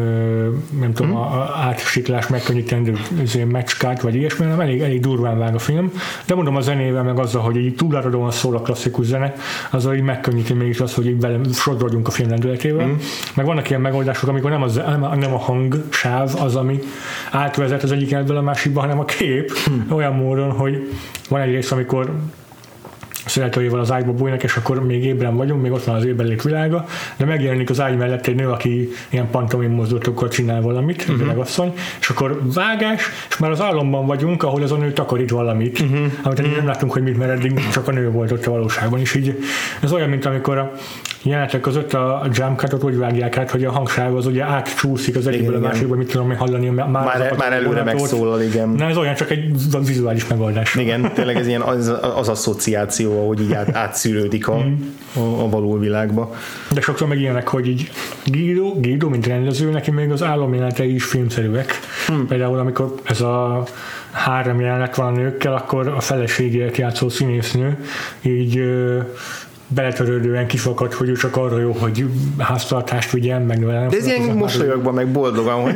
nem tudom, átsiklás megkönnyítendő meccskát, vagy ilyesmi, hanem elég durván vág a film, de mondom a zenével, meg azzal, hogy így túláradóan szól a klasszikus zene, azzal így megkönnyíti mégis az, hogy így vele sodrodjunk a film lendületével. Meg vannak ilyen megoldások, amikor nem a hangsáv az, ami átvezet az egyik ebből a másikba, hanem a kép olyan módon, hogy van egy rész, amikor szeretőjével az ágyba bújnak, és akkor még ébren vagyunk, még ott van az ébrenlét világa, de megjelenik az ágy mellett egy nő, aki ilyen pantomim mozdulatokkal csinál valamit, öregasszony, és akkor vágás, és már az álomban vagyunk, ahol az a nő takarít valamit, amit nem látunk, hogy mit, mert eddig csak a nő volt ott a valóságban, és így ez olyan, mint amikor a jelenetek között a jump cutot úgy vágják át, hogy a hangsáv az ugye átcsúszik az egyikből a másikból, mit tudom hallani. Már előre megszólal, igen. Na ez olyan, csak egy vizuális megoldás. Igen, tényleg ez ilyen az asszociáció, ahogy így átszűrődik a való világba. De sokszor meg ilyenek, hogy így Guido, mint rendező, neki még az álomjelenetei is filmszerűek. Például amikor ez a 3 jelenet van a nőkkel, akkor a feleségét játszó színésznő így beletörődően kifakadt, hogy ő csak arra jó, hogy háztartást vigyen, meg velem. De ez ilyen mosolyogban, meg boldogan, hogy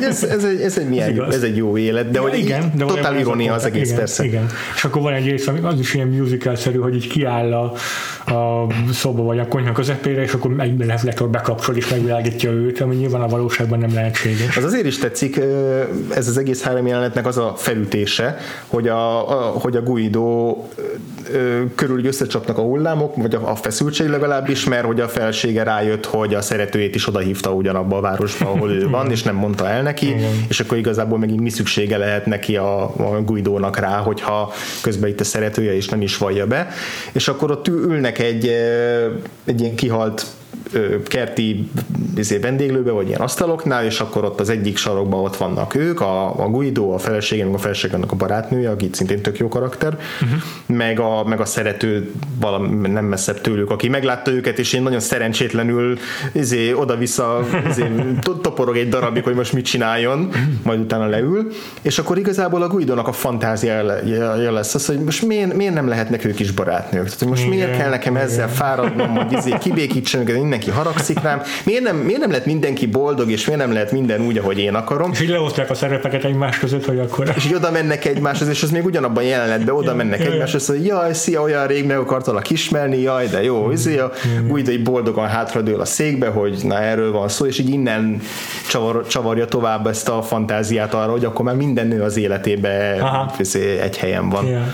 ez egy jó élet, de hogy igen, de totál irónia az egész, persze. Igen. És akkor van egy rész, az is ilyen musical-szerű, hogy így kiáll a szoba vagy a konyha közepére, és akkor egy reflektor bekapcsol és megvilágítja őt, ami nyilván a valóságban nem lehetséges. Az azért is tetszik, ez az egész 3 jelenetnek az a felütése, hogy a Guido körül összecsapnak a hullámok, vagy a feszültség legalábbis, mert hogy a felesége rájött, hogy a szeretőjét is odahívta ugyanabba a városba, ahol ő van, és nem mondta el neki, és akkor igazából megint mi szüksége lehet neki a Guidónak rá, hogyha közben itt a szeretője, és nem is vallja be. És akkor ott ülnek egy ilyen kihalt kerti vendéglőbe, vagy ilyen asztaloknál, és akkor ott az egyik sarokban ott vannak ők, a Guido, a felesége, meg a feleségenek a barátnője, aki szintén tök jó karakter, meg a szerető valami nem messzebb tőlük, aki meglátta őket, és én nagyon szerencsétlenül oda-vissza toporog egy darabig, hogy most mit csináljon, majd utána leül, és akkor igazából a Guidónak a fantáziája lesz az, hogy most miért nem lehetnek ők is barátnők? Tehát, hogy most miért kell nekem ezzel fáradnom, hogy kibékítsen őket, mindenki haragszik rám. Miért nem lehet mindenki boldog, és miért nem lehet minden úgy, ahogy én akarom? És így leosztják a szerepeket egymás között, hogy akkor... És így oda mennek egymáshoz, és az még ugyanabban jelenetben oda mennek egymáshoz, hogy jaj, szia, olyan rég meg akartalak ismerni, jaj, de jó, úgy így boldogan hátradől a székbe, hogy na erről van szó, és így innen csavarja tovább ezt a fantáziát arra, hogy akkor már minden nő az életében egy helyen van. Yeah.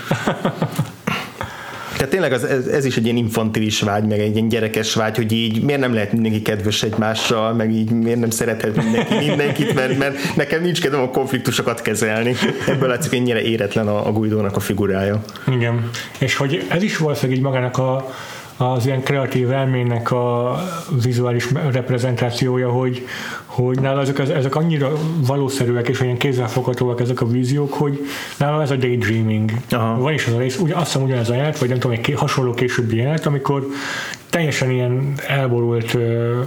Tehát tényleg ez is egy ilyen infantilis vágy, meg egy ilyen gyerekes vágy, hogy így miért nem lehet mindenki kedves egymással, meg így miért nem szerethet mindenkit, mert nekem nincs kedvem a konfliktusokat kezelni. Ebből látszik, hogy ennyire éretlen a Guidónak a figurája. Igen. És hogy ez is valószínűleg így magának az ilyen kreatív elmének a vizuális reprezentációja, hogy nála ezek annyira valószerűek és olyan kézzelfoghatóak ezek a víziók, hogy nála ez a daydreaming. Van is az a rész, azt hiszem ugyanez a jelenet, vagy nem tudom, egy hasonló későbbi jelenet, amikor teljesen ilyen elborult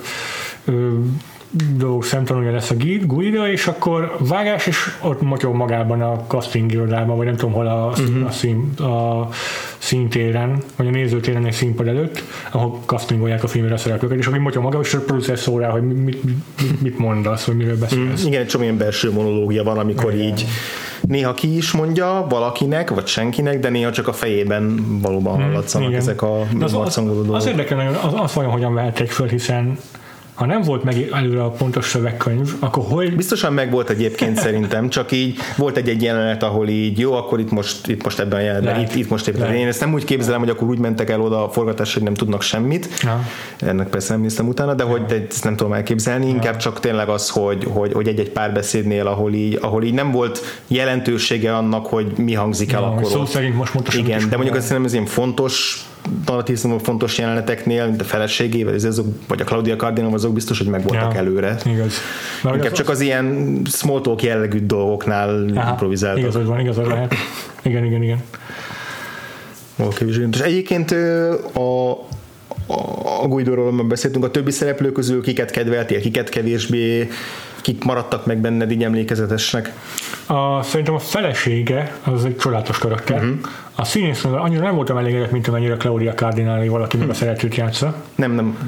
dolgok szemtanulja lesz a Guido, és akkor vágás, és ott motyog magában a casting irodában, vagy nem tudom hol a színtéren, vagy a nézőtéren egy színpad előtt, ahol castingolják a filmre a szereplőket, és aki mondja maga, és a producer szól rá, hogy mit mondasz, vagy miről beszélsz. Igen, egy csomó ilyen belső monológia van, amikor így néha ki is mondja valakinek, vagy senkinek, de néha csak a fejében valóban hallatszanak ezek a marcangoló dolgok. Az érdekel nagyon, az vajon hogyan vehették föl, hiszen ha nem volt meg előre a pontos szövegkönyv, akkor hogy... Biztosan meg volt egyébként szerintem, csak így volt egy jelenet, ahol így jó, akkor itt most ebben a jelenetben, itt most éppen. Én ezt nem úgy képzelem, hogy akkor úgy mentek el oda a forgatásra, hogy nem tudnak semmit. Ja. Ennek persze nem néztem utána, de hogy ezt nem tudom elképzelni, inkább csak tényleg az, hogy egy-egy párbeszédnél, ahol így nem volt jelentősége annak, hogy mi hangzik el akkor. Szó szerint most mondta. Igen, de mondjuk azt hiszem, ez ilyen fontos narratívumok fontos jeleneteknél, mint a feleségével, vagy a Claudia Cardinal, azok biztos, hogy megvoltak előre. Igaz. Inkább csak az ilyen small talk jellegű dolgoknál improvizáltak. Igazad lehet. Igen. És egyébként a Guidóról már beszéltünk, a többi szereplő közül kiket kedveltél, kiket kevésbé, kik maradtak meg benned így emlékezetesnek? Szerintem a felesége az egy csodálatos karakter. A színésznővel annyira nem voltam elégedett, mint amennyire Claudia Cardinale valaki meg a szeretőt játsza. Nem.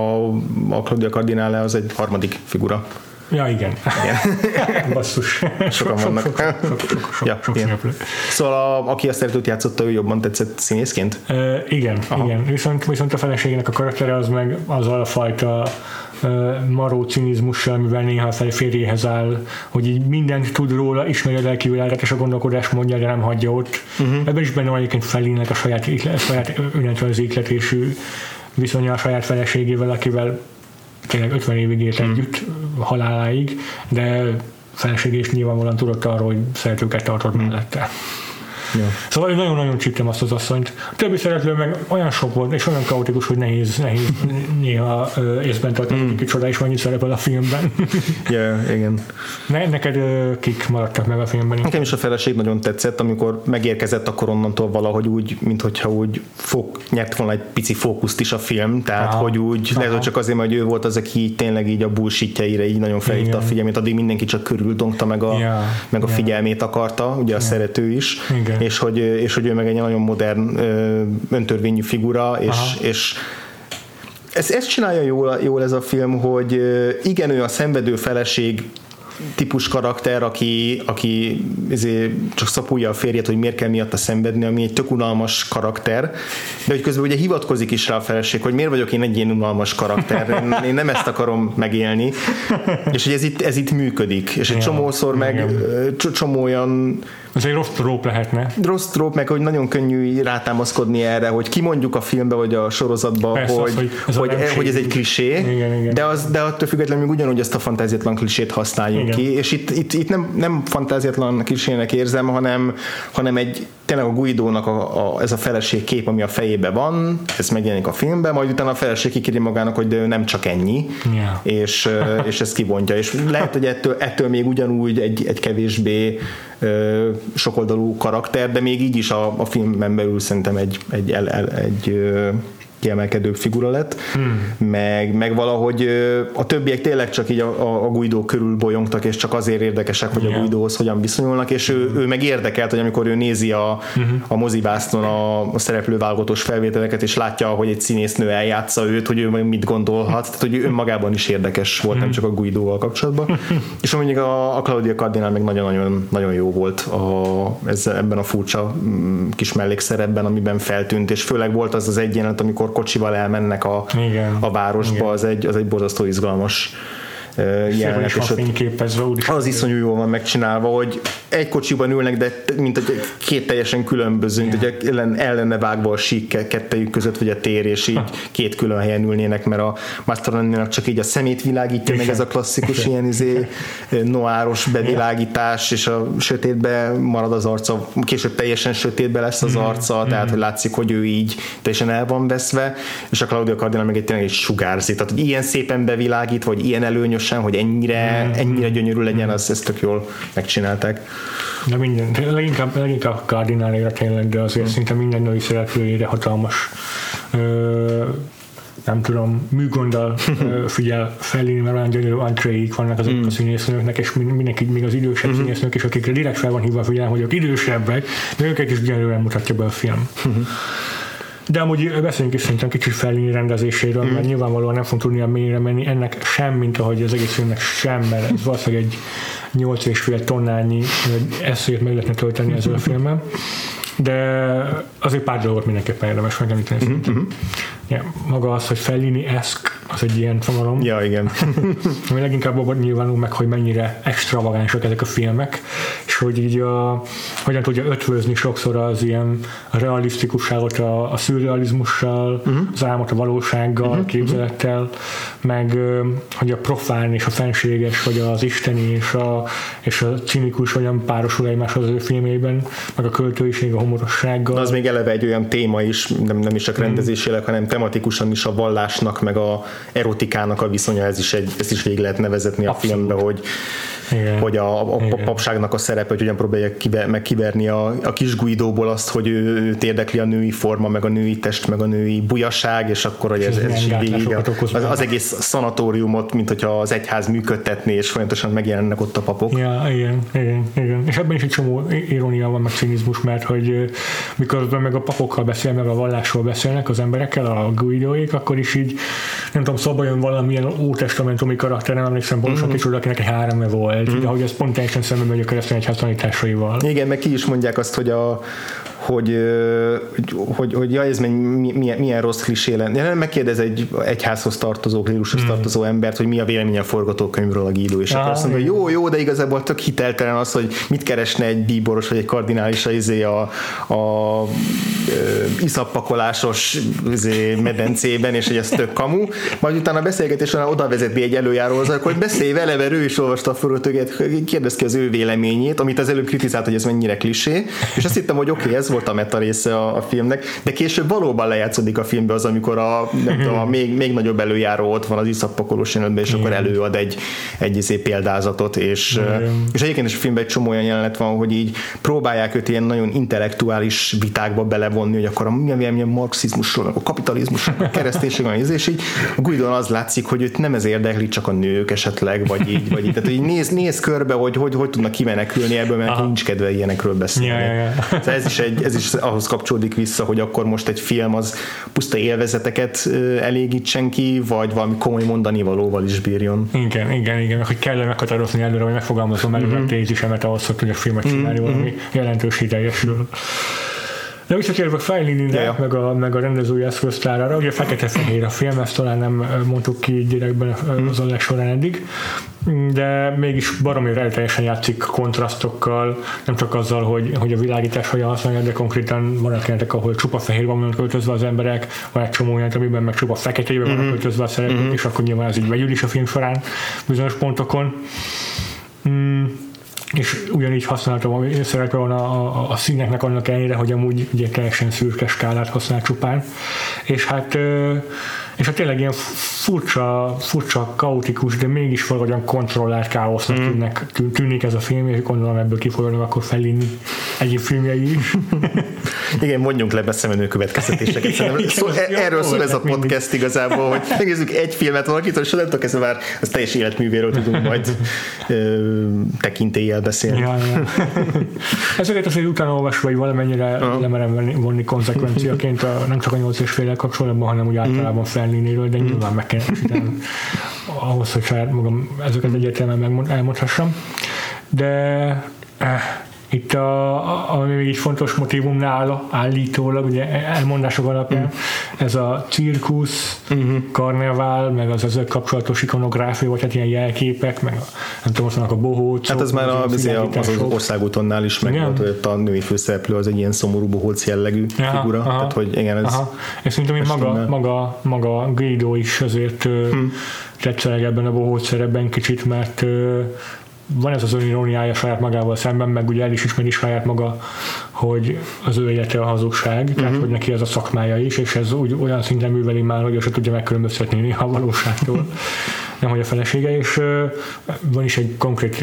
A Claudia Cardinale az egy harmadik figura. Ja, igen. Basszus. Sokan vannak. Sok szereplő. Szóval aki a szeretőt játszotta, ő jobban tetszett színészként? Igen. Viszont a feleségének a karaktere az meg azzal a fajta maró cinizmussal, mivel néha a férjéhez áll, hogy így mindent tud róla, ismeri a lelki világát, és a gondolkodás mondja, de nem hagyja ott. Ebben is benne van egyébként Fellinnek a saját önéletrajzi ihletésű viszonya a saját feleségével, akivel tényleg 50 évig élt együtt, haláláig, de felesége is nyilvánvalóan tudott arról, hogy szeretőket tartott mellette. Ja. Szóval én nagyon-nagyon csíptem azt az asszonyt. A többi szereplő meg olyan sok volt, és olyan kaotikus, hogy nehéz néha észben tartani, ki csoda is mennyit szerepel a filmben. Igen. Neked kik maradtak meg a filmben? Nekem is a feleség nagyon tetszett, amikor megérkezett, akkor onnantól valahogy úgy, minthogyha úgy nyert volna egy pici fókuszt is a film, tehát hogy úgy, lehet, hogy csak azért, hogy ő volt az, aki így, tényleg így a bullshitjeire így nagyon felhívta a figyelmét, addig mindenki csak körüldongta, meg a figyelmét akarta, ugye a szerető is. Igen. És hogy ő meg egy nagyon modern öntörvényű figura, és ezt csinálja jól ez a film, hogy igen, ő a szenvedő feleség típus karakter, aki csak szapulja a férjet, hogy miért kell miatta szenvedni, ami egy tök unalmas karakter, de hogy közben ugye hivatkozik is rá a feleség, hogy miért vagyok én egy ilyen unalmas karakter, én nem ezt akarom megélni, és hogy ez itt működik, és egy csomószor meg csomó olyan ez egy rossz tróp lehetne. Rossz tróp, meg hogy nagyon könnyű rátámaszkodni erre, hogy kimondjuk a filmbe vagy a sorozatba, persze, hogy ez egy klisé, igen. De attól függetlenül még ugyanúgy ezt a fantáziatlan klisét használjuk ki, és itt nem fantáziatlan klisének érzem, hanem egy tényleg a Guidónak ez a feleség kép, ami a fejébe van, ez megjelenik a filmben, majd utána a feleség kikéri magának, hogy de nem csak ennyi, és ezt kibontja, és lehet, hogy ettől még ugyanúgy egy kevésbé sokoldalú karakter, de még így is a filmben belül szerintem egy kiemelkedőbb figura lett, meg valahogy a többiek tényleg csak így a Guidó körül bolyongtak, és csak azért érdekesek, hogy a Guidóhoz hogyan viszonyulnak, és ő meg érdekelt, hogy amikor ő nézi a mozivásznon a szereplőválogatós felvételeket, és látja, hogy egy színésznő eljátsza őt, hogy ő mit gondolhat, tehát hogy ő önmagában is érdekes volt, nem csak a Guidóval kapcsolatban. És mondjuk a Claudia Cardinal meg nagyon jó volt ebben a furcsa kis mellékszerepben, amiben feltűnt, és főleg volt az egy jelenet, amikor kocsival elmennek a városba, az egy borzasztó izgalmas jelenet, és az iszonyú jól van megcsinálva, hogy egy kocsiban ülnek, de mint hogy két teljesen különböző, mint hogy el lenne vágva a sík kettejük között, vagy a tér, és így két külön helyen ülnének, mert a Mastroianninak csak így a szemét világítja meg, ez a klasszikus ilyen noáros bevilágítás, és a sötétbe marad az arca, később teljesen sötétbe lesz az arca, tehát hogy látszik, hogy ő így teljesen el van veszve, és a Claudia Cardinal meg tényleg egy sugárzik, tehát hogy ilyen szépen bevilágít, vagy ilyen előnyösen, hogy ennyire gyönyörű legyen, ezt tök jól megcsinálták. De leginkább Cardinalére tényleg, de azért szinte minden női szereplőjére hatalmas nem tudom, műgonddal figyel Fellini, mert olyan gyönyörű entréik vannak azok a színésznőknek, és mindenki, még az idősebb színésznők is, akikre direkt fel van hívva a figyelem, hogy ők idősebbek, de őket is gyönyörűen mutatja be a film. De amúgy beszéljünk is szerintem kicsit Fellini rendezéséről, mert nyilvánvalóan nem fogunk tudni a mélyre menni, ennek sem, mint ahogy az egész filmnek sem, mert ez valószínűleg egy 8,5 tonnányi eszét meg lehetne tölteni ezzel a filmmel. De azért pár dolgot mindenképpen érdemes megemlíteni szerintem. Maga az, hogy Fellini-eszk, az egy ilyen fogalom. Ja, igen. Ami leginkább abban nyilvánul meg, hogy mennyire extravagánsak ezek a filmek, és hogy így hogyan tudja ötvözni sokszor az ilyen realisztikusságot a szürrealizmussal, az álmot a valósággal, a képzelettel, meg hogy a profán és a fenséges, vagy az isteni és a cinikus hogyan párosul egymáshoz az ő filmében, meg a költőiség, a humorossággal. Az még eleve egy olyan téma is, nem is csak rendezésileg, hanem tematikusan is a vallásnak, meg a erotikának a viszonya, ezt is végig lehet nevezetni a filmbe, hogy a papságnak a szerepe, hogy hogyan próbálja megkiverni a kis Guidóból azt, hogy őt érdekli a női forma, meg a női test, meg a női bujaság, és akkor hogy ez is végig az egész szanatóriumot, mint hogyha az egyház működtetné, és folyamatosan megjelennek ott a papok. Ja, igen. És ebben is egy csomó irónia van, meg cinizmus, mert hogy mikor meg a papokkal beszél, meg a vallásról beszélnek az emberekkel, a Guidóék, akkor is így, nem tudom, szóba jön valamilyen ótestamentumi karakter, nem emlékszem pontosan kicsoda, akinek egy háreme volt, de hogy ez pont teljesen szemben megy a keresztény egyház tanításaival. Igen, meg ki is mondják azt, hogy ez milyen rossz klisé lenne. Megkérdez egy egyházhoz tartozó, klérushoz tartozó embert, hogy mi a vélemény a forgatókönyvről a Guido, és akkor azt mondja, hogy jó, de igazából tök hiteltelen az, hogy mit keresne egy bíboros vagy egy kardinális a iszappakolásos medencében, és hogy ez tök kamu. Majd utána a beszélgetésen oda vezeti egy előjáróhoz, hogy beszélj vele, mert ő is olvasta a forgatókönyvet, kérdez ki az ő véleményét, amit az előbb kritizált, hogy ez mennyire klisé, és azt hittem, hogy oké, ez volt a meta része a filmnek, de később valóban lejátszódik a filmbe az, amikor a még nagyobb előjáró ott van az iszappakolós jelenetben, és akkor előad egy példázatot, és egyébként is a filmben egy csomó olyan jelenet van, hogy így próbálják őt ilyen nagyon intellektuális vitákba belevonni, hogy akkor milyen marxizmusról, a kapitalizmusról, a kereszténységről, és így a Guidón az látszik, hogy őt nem ez érdekli, csak a nők esetleg, vagy így. Tehát így néz körbe, hogy tudnak kimenekülni ebből, mert nincs kedve ilyenekről beszélni. Ez is ahhoz kapcsolódik vissza, hogy akkor most egy film az puszta élvezeteket elégítsen ki, vagy valami komoly mondani valóval is bírjon. Igen, hogy kell meghatározni előre, vagy megfogalmazom előre a tézisemet ahhoz, hogy a filmet csinálni valami jelentős teljesül. De visszatérve Fellini-re, meg a rendezői eszköztárára, ugye fekete-fehér a film, ezt talán nem mondtuk ki direktben az adás során eddig, de mégis baromi teljesen játszik kontrasztokkal, nem csak azzal, hogy a világítás hogyan használja, de konkrétan vannak jelentek, ahol csupa fehérben vannak költözve az emberek, van egy csomó jelent, amiben meg csupa feketében vannak költözve a szereplők, és akkor nyilván ez így vegyül is a film során bizonyos pontokon. És ugyanígy használtam, szerepe van a színeknek annak ellenére, hogy amúgy ugye teljesen szürke skálát használ csupán. És hát tényleg ilyen furcsa, kaotikus, de mégis valahogyan kontrollált káosznak tűnik ez a film, és gondolom ebből kifolyólag akkor Fellini egyéb filmjei is. Igen, mondjunk le beszemenő következtetéseket. Erről szól ez a podcast igazából, hogy megnézzük egy filmet valakitől, és nem tudok ezt már az teljes életművéről tudunk majd tekintéllyel beszélni. Ja. Ezeket azért utána olvasva, hogy valamennyire lemerem vonni konzekvenciaként nem csak a 8,5-el kapcsolatban, hanem úgy általában Felliniről, de nyilván meg kell ahhoz, hogy saját magam ezeket egyértelműen elmondhassam. De itt ami még így fontos motívum nála állítólag, ugye elmondások alapján, ez a cirkusz, karnevál, meg az ezzel kapcsolatos ikonográfia, vagy hát ilyen jelképek, meg nem tudom, ott vannak a bohócok. Hát az már az országútonnál is megvolt, hogy a női főszereplő az egy ilyen szomorú bohóc jellegű figura. Tehát, hogy igen, ez és szerintem maga Guido is azért tetszeleg ebben a bohóc szerepben kicsit, mert van ez az öniróniája saját magával szemben, meg ugye el is ismeri saját maga, hogy az ő élete a hazugság, tehát hogy neki ez a szakmája is, és ez úgy olyan szinten műveli már, hogy se tudja megkülönböztetni néha a valóságtól, nem hogy a felesége, és van is egy konkrét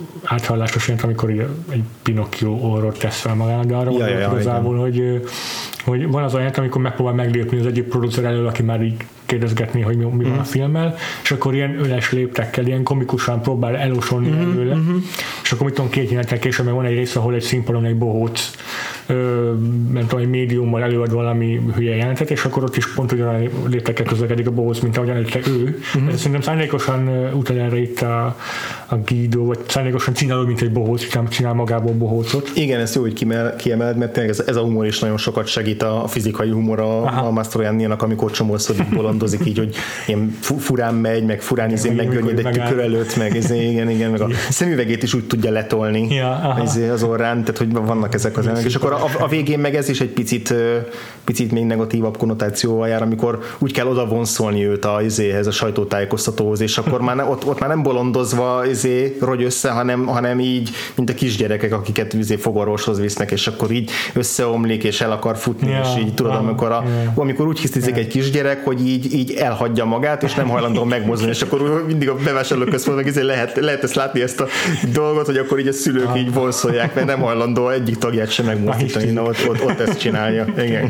áthallásos jelent, amikor egy Pinocchio orrot tesz fel magának, de arra igazából, hogy van az olyan, amikor megpróbál meglépni az egyik producer elől, aki már így kérdezgetni, hogy mi van a filmmel, és akkor ilyen öles léptekkel, ilyen komikusan próbál elosolni előle, és akkor mit tudom, 2 jelenettel később meg van egy rész, ahol egy színpadon egy bohóc nem tudom, egy médiummal előad valami hülye jelentet, és akkor ott is pont ugyanolyan léptekkel közlekedik a bohóc, mint ahogyan előtte ő. Szerintem szándékosan utal erre itt a Guido, vagy szándékosan csinálod, mint egy bohóc, csinál magából bohócot. Igen, ezt jó, hogy kiemeled, mert ez a humor is nagyon sokat segít, a fizikai humor a Mastroianninak, amikor csomószodik, bolondozik így, hogy ilyen furán megy, meg furán meggörnyed egy tükör előtt, meg igen, meg a szemüvegét is úgy tudja letolni az orrán, tehát hogy vannak ezek az elemek. És akkor a végén meg ez is egy picit még negatívabb konnotációval jár, amikor úgy kell oda vonszolni őt a sajtótájékoztatóhoz, és akkor már ott már nem bolondozva rogy össze, hanem így, mint a kisgyerekek, akiket fogorvoshoz visznek, és akkor így összeomlik, és el akar futni, és így tudod, amikor úgy hisztizik egy kisgyerek, hogy így elhagyja magát, és nem hajlandó megmozdulni, és akkor mindig a bevásárlóközpontban lehet ezt látni, ezt a dolgot, hogy akkor így a szülők így vonszolják, mert nem hajlandó egyik tagját sem megmozdítani, ott ezt csinálja. Igen.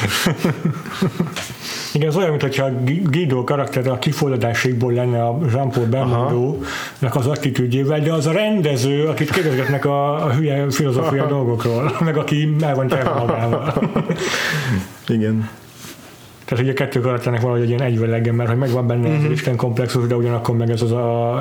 Igen, ez olyan, mintha a Guido karakter a kifolyadásségból lenne a Jean-Paul Belmondo-nak az attitűdjével, de az a rendező, akit kérdezgetnek a hülye filozófiai dolgokról, meg aki el van terve magával. Igen. Tehát ugye a 2 karakternek valahogy egy ilyen egyvelegen, mert hogy megvan benne ez az Isten komplexus, de ugyanakkor meg ez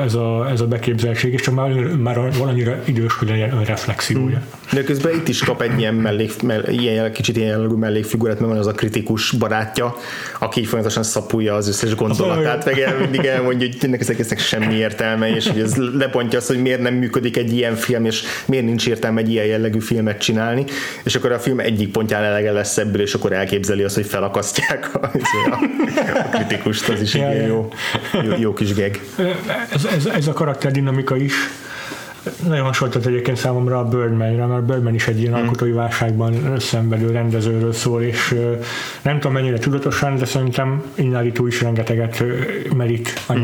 a beképzeltség, és csak már van annyira idős, hogy legyen önreflexiója. De közben itt is kap egy ilyen kicsit ilyen jellegű mellékfigurát, mert van az a kritikus barátja, aki folyamatosan szapulja az összes gondolatát, meg mindig elmondja, hogy ennek semmi értelme, és hogy ez lepontja azt, hogy miért nem működik egy ilyen film, és miért nincs értelme egy ilyen jellegű filmet csinálni, és akkor a film egyik pontján elege lesz ebből, és akkor elképzeli azt, hogy felakasztják a kritikust, az is egy jó kis geg. Ez a karakterdinamika is nagyon hasonlított egyébként számomra a Birdman-re, mert Birdman is egy ilyen alkotói válságban szenvedő rendezőről szól, és nem tudom mennyire tudatosan, de szerintem Iñárritu is rengeteget merít a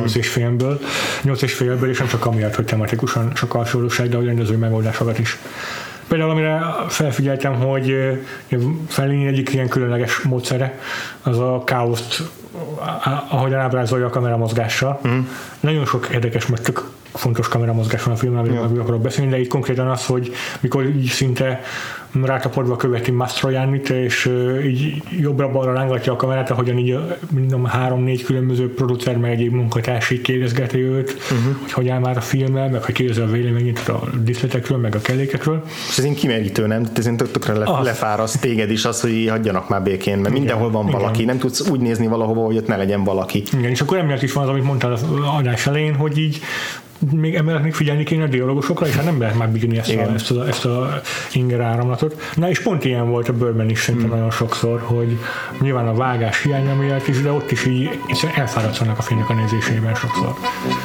8,5-ből, és nem csak amiatt, hogy tematikusan sok hasonlóság, de a rendezői megoldásokat is. Például amire felfigyeltem, hogy Fellini egyik ilyen különleges módszere, az a káoszt, ahogyan ábrázolja a kameramozgással. Nagyon sok érdekes, mert tök fontos kameramozgás van a filmben, amiről akarok beszélni, de itt konkrétan az, hogy mikor így szinte rátapadva követi Mastroiannit, és így jobbra-balra rángatja a kamerát, ahogyan így 3-4 különböző producer meg egyéb munkatársig kérdezgeti őt, hogy áll már a filmmel, meg hogy kérdezi a véleményét a díszletekről, meg a kellékekről. És ez én kimerítő, nem? Ez én tökre lefáraszt téged is az, hogy hagyjanak már békén, mert mindenhol van valaki, nem tudsz úgy nézni valahova, hogy ott ne legyen valaki. Igen, és akkor emiatt is van az, amit mondtál az adás elején, hogy így még emellett még figyelni kéne a dialógusokra, és hát nem lehet már bírni ezt a inger áramlatot. Na és pont ilyen volt a Birdman is szerintem nagyon sokszor, hogy nyilván a vágás hiánya miatt is, de ott is így elfáradsz annak a filmnek a nézésében sokszor.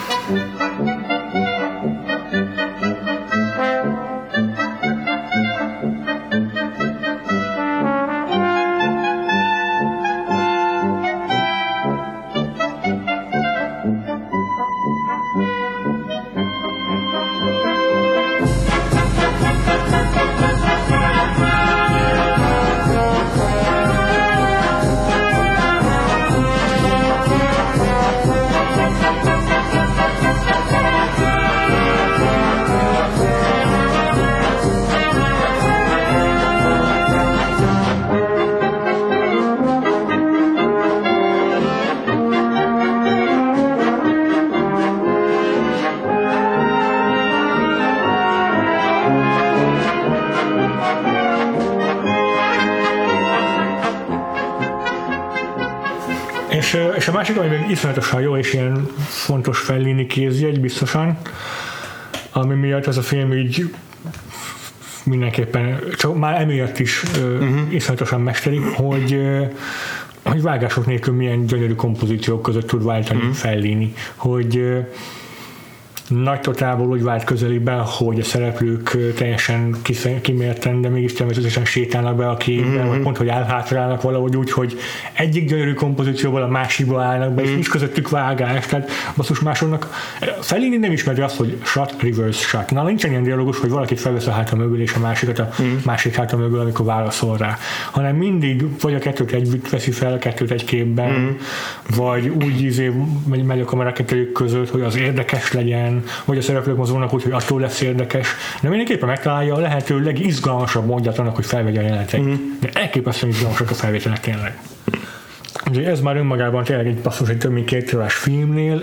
És a másik, ami még iszonyatosan jó, és ilyen fontos Fellini kézjegy biztosan, ami miatt ez a film így mindenképpen, csak már emiatt is iszonyatosan mesteri, hogy vágások nélkül milyen gyönyörű kompozíciók között tud váltani Fellini, hogy nagy totálból úgy vált közelében, hogy a szereplők teljesen kimérten, de mégis természetesen sétálnak be a képbe, vagy pont, hogy elhátrálnak valahogy úgy, hogy egyik gyönyörű kompozícióból a másikba állnak be, és nincs közöttük vágás. Tehát basszus másodnak Fellini nem ismeri azt, hogy shot, reverse shot. Na, nincsen ilyen dialógus, hogy valakit felvesz a háta mögül, és a másikat a másik háta mögül, amikor válaszol rá. Hanem mindig vagy a kettőt együtt veszi fel, a kettőt egy képben, vagy úgy megy a kamera kettőjük között, hogy az érdekes legyen, vagy a szereplők mozognak úgy, hogy attól lesz érdekes. De mindenképpen megtalálja a lehető legizgalmasabb módját annak, hogy felvegye a jeleneteit. De elképesztően izgalmasak a felvételek tényleg. Ugye ez már önmagában tényleg egy basszus, egy több mint 2 órás filmnél,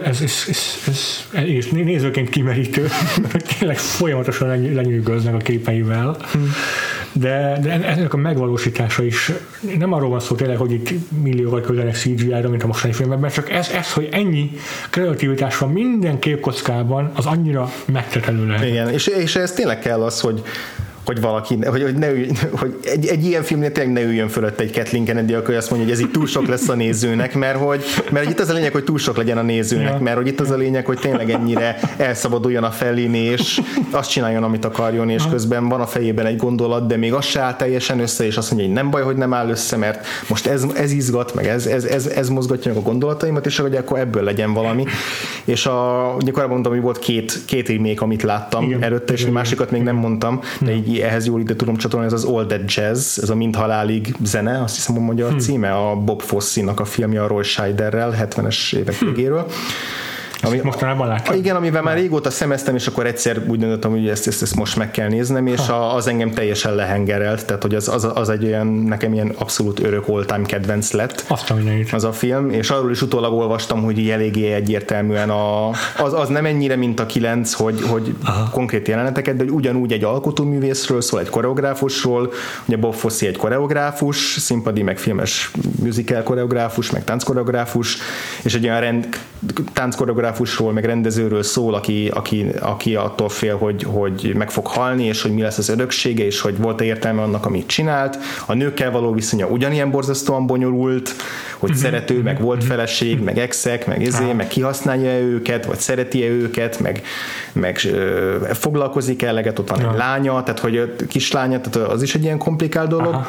és nézőként kimerítő, tényleg folyamatosan lenyűgöznek a képeivel. De ennek a megvalósítása is nem arról van szó tényleg, hogy itt milliókat küldenek CGI-ra, mint a mostani filmekben, csak ez, hogy ennyi kreativitás van minden képkockában, az annyira megtetelő lehet. Igen, és ez tényleg kell az, hogy valaki, hogy egy ilyen filmnél tényleg ne üljön fölött egy Kathleen Kennedy, akkor azt mondja, hogy ez itt túl sok lesz a nézőnek, mert itt az a lényeg, hogy túl sok legyen a nézőnek, mert hogy itt az a lényeg, hogy tényleg ennyire elszabaduljon a Fellini, és azt csináljon, amit akarjon, és közben van a fejében egy gondolat, de még az se áll teljesen össze, és azt mondja, hogy nem baj, hogy nem áll össze, mert most ez izgat, meg ez mozgatja meg a gondolataimat, és hogy akkor ebből legyen valami. És ugye korábban mondtam, hogy volt két remake, amit láttam előtte, és másikat még nem mondtam, de így ehhez jól ide tudom csatolni, ez az All That Jazz, ez a Mind halálig zene, azt hiszem a magyar címe, a Bob Fosse-nak a filmje a Roy Scheiderrel, 70-es évek végéről. Mostanában láttam. Igen, amivel már régóta szemeztem, és akkor egyszer úgy döntöttem, hogy ezt most meg kell néznem, és az engem teljesen lehengerelt, tehát hogy az egy olyan, nekem ilyen abszolút örök all-time kedvenc lett az a film, és arról is utólag olvastam, hogy eléggé egyértelműen az nem ennyire, mint a 9, hogy konkrét jeleneteket, de hogy ugyanúgy egy alkotóművészről szól, egy koreográfusról, ugye Bob Fosse egy koreográfus, színpadi, meg filmes musical koreográfus, meg tánckoreográfus, és egy olyan tánckoreográfusról, meg rendezőről szól, aki attól fél, hogy meg fog halni, és hogy mi lesz az öröksége, és hogy volt-e értelme annak, amit csinált. A nőkkel való viszonya ugyanilyen borzasztóan bonyolult, hogy szerető, meg volt feleség, meg exek, meg kihasználja őket, vagy szereti-e őket, meg foglalkozik eleget, ott van egy lánya, tehát hogy kislánya, tehát az is egy ilyen komplikált dolog.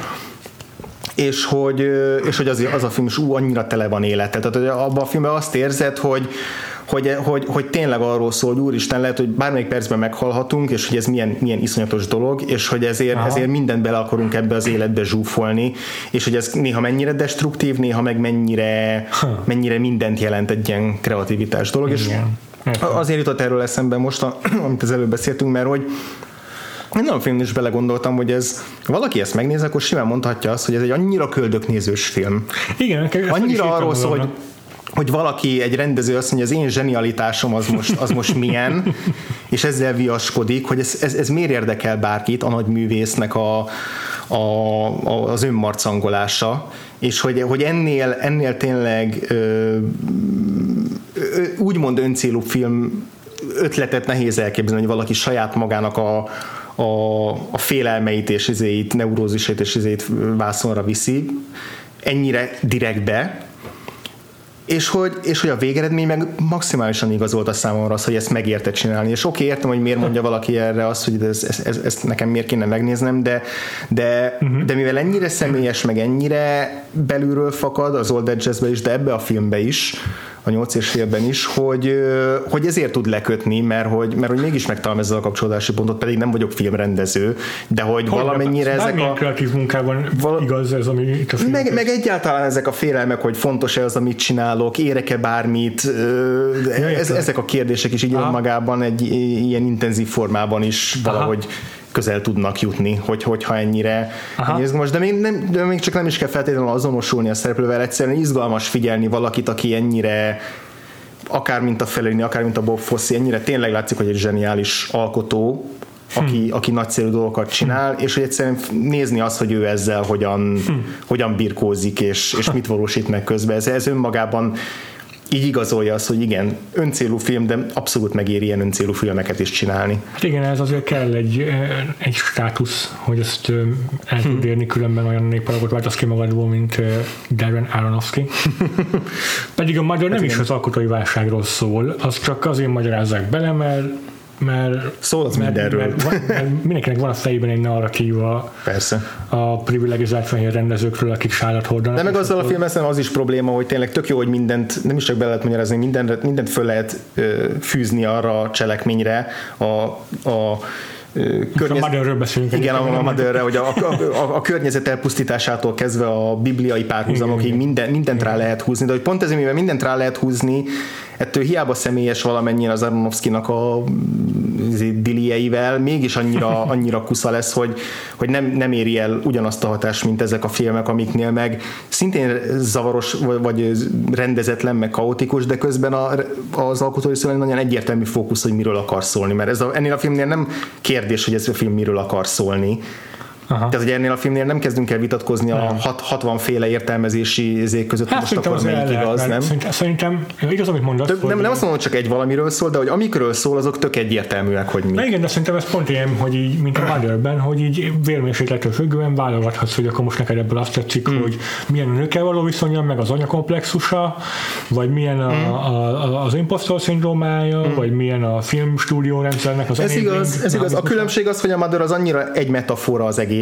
És hogy az a film is annyira tele van élettel. Tehát abban a filmben azt érzed, hogy tényleg arról szól, hogy úristen, lehet, hogy bármelyik percben meghalhatunk, és hogy ez milyen iszonyatos dolog, és hogy ezért mindent bele akarunk ebbe az életbe zsúfolni, és hogy ez néha mennyire destruktív, néha meg mennyire mindent jelent egy ilyen kreativitás dolog. És azért jutott erről eszembe most, amit az előbb beszéltünk, mert hogy én a filmben is belegondoltam, hogy valaki ezt megnéz, akkor simán mondhatja azt, hogy ez egy annyira köldöknézős film. Igen, annyira arról szól, hogy valaki, egy rendező azt mondja, az én zsenialitásom az most milyen, és ezzel viaskodik, hogy ez miért érdekel bárkit, a nagy művésznek az önmarcangolása, és hogy ennél tényleg úgymond öncélú film ötletet nehéz elképzelni, hogy valaki saját magának a félelmeit és neurózisait és vászonra viszi, ennyire direktbe, és hogy a végeredmény meg maximálisan igazolt a számomra az, hogy ezt megérte csinálni. És értem, hogy miért mondja valaki erre azt, hogy ezt nekem miért kéne megnéznem, de mivel ennyire személyes, meg ennyire belülről fakad, az All That Jazzbe is, de ebbe a filmbe is, a 8,5-ben is, hogy ezért tud lekötni, mert hogy mégis megtalálom ezzel a kapcsolódási pontot, pedig nem vagyok filmrendező, de hogy valamennyire ezek a kreatív munkában igaz ez, ami itt a film. Meg egyáltalán ezek a félelmek, hogy fontos-e az, amit csinálok, érek-e bármit, ezek a kérdések is így magában egy ilyen intenzív formában is valahogy közel tudnak jutni, hogyha ennyire izgalmas, de még csak nem is kell feltétlenül azonosulni a szereplővel, egyszerűen izgalmas figyelni valakit, aki ennyire akár mint a Fellini, akár mint a Bob Fosse, ennyire tényleg látszik, hogy egy zseniális alkotó, aki nagyszerű dolgokat csinál, és hogy egyszerűen nézni azt, hogy ő ezzel hogyan birkózik, és mit valósít meg közben. Ez önmagában így igazolja azt, hogy igen, öncélú film, de abszolút megéri ilyen öncélú filmeket is csinálni. Hát igen, ez azért kell egy státusz, hogy ezt el tud érni, különben olyan népalagot váltasz ki magadból, mint Darren Aronofsky. Pedig a Mother nem is az alkotói válságról szól, az csak azért magyarázzák bele, mert szól az mindenről. Mert mindenkinek van a fejében egy narratíva. Persze. A privilegizált fehér rendezőkről, akik sálat hordanak. De meg azzal a filmmel az is probléma, hogy tényleg tök jó, hogy mindent, nem is csak bele lehet magyarázni, mindent föl lehet fűzni arra a cselekményre, a Motherről beszélünk. Igen, a Motherre, hogy a környezet elpusztításától kezdve a bibliai párhuzamokig mindent rá lehet húzni, de hogy pont ezért, mivel mindent rá lehet húzni, ettől hiába személyes valamennyire az Aronofskynak a dilieivel, mégis annyira kusza lesz, hogy nem éri el ugyanazt a hatást, mint ezek a filmek, amiknél meg szintén zavaros, vagy rendezetlen, meg kaotikus, de közben az alkotói szóval nagyon egyértelmű fókusz, hogy miről akar szólni, mert ennél a filmnél nem kérdés, hogy ez a film miről akar szólni. Aha. Tehát, hogy ennél a filmnél nem kezdünk el vitatkozni a 60 féle értelmezési zék között, hát most akkor melyik igaz, nem? Szerintem igaz, amit mondasz. Nem azt mondom, hogy csak egy valamiről szól, de hogy amikről szól, azok tök egyértelműek, hogy mi. Na igen, de szerintem ez pont ilyen, hogy így, mint a Motherben, hogy így vérmérséklettől függően válogathatsz, hogy akkor most neked ebből azt tetszik, hogy milyen a nőkkel való viszonya, meg az anyakomplexusa, vagy milyen az impostor szindrómája, vagy milyen a filmstúdió rendszernek az ez igaz. A különbség az, hogy a Mother az annyira egy metafora az egész,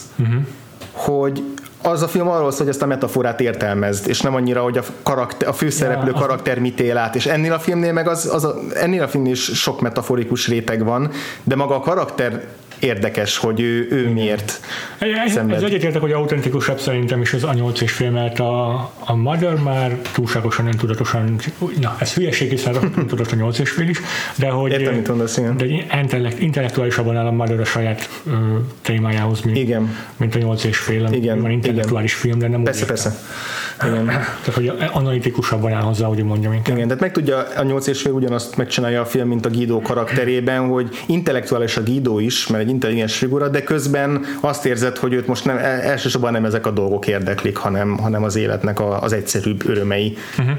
hogy az a film arról szól, hogy ezt a metaforát értelmezd, és nem annyira, hogy a főszereplő karakter mit él át, és ennél a filmnél meg ennél a filmnél is sok metaforikus réteg van, de maga a karakter érdekes, hogy ő miért szenved. Ez egyetértek, hogy autentikusabb szerintem is az a 8,5, mert a Mother már túlságosan öntudatosan, na ez hülyeség, hiszen tudott a 8,5 is, de hogy értem, mit mondasz, igen. De intellektuálisabban áll a Mother a saját témájához, mint a 8,5, igen, van intellektuális film, de nem persze. Igen. Tehát, hogy analitikusabban áll hozzá, hogy mondjam inkább. Igen, tehát meg tudja a 8,5 ugyanazt megcsinálja a film, mint a Guido karakterében, hogy intellektuális a Guido is, mert egy intelligens figura, de közben azt érzed, hogy őt most elsősorban nem ezek a dolgok érdeklik, hanem az életnek az egyszerűbb örömei.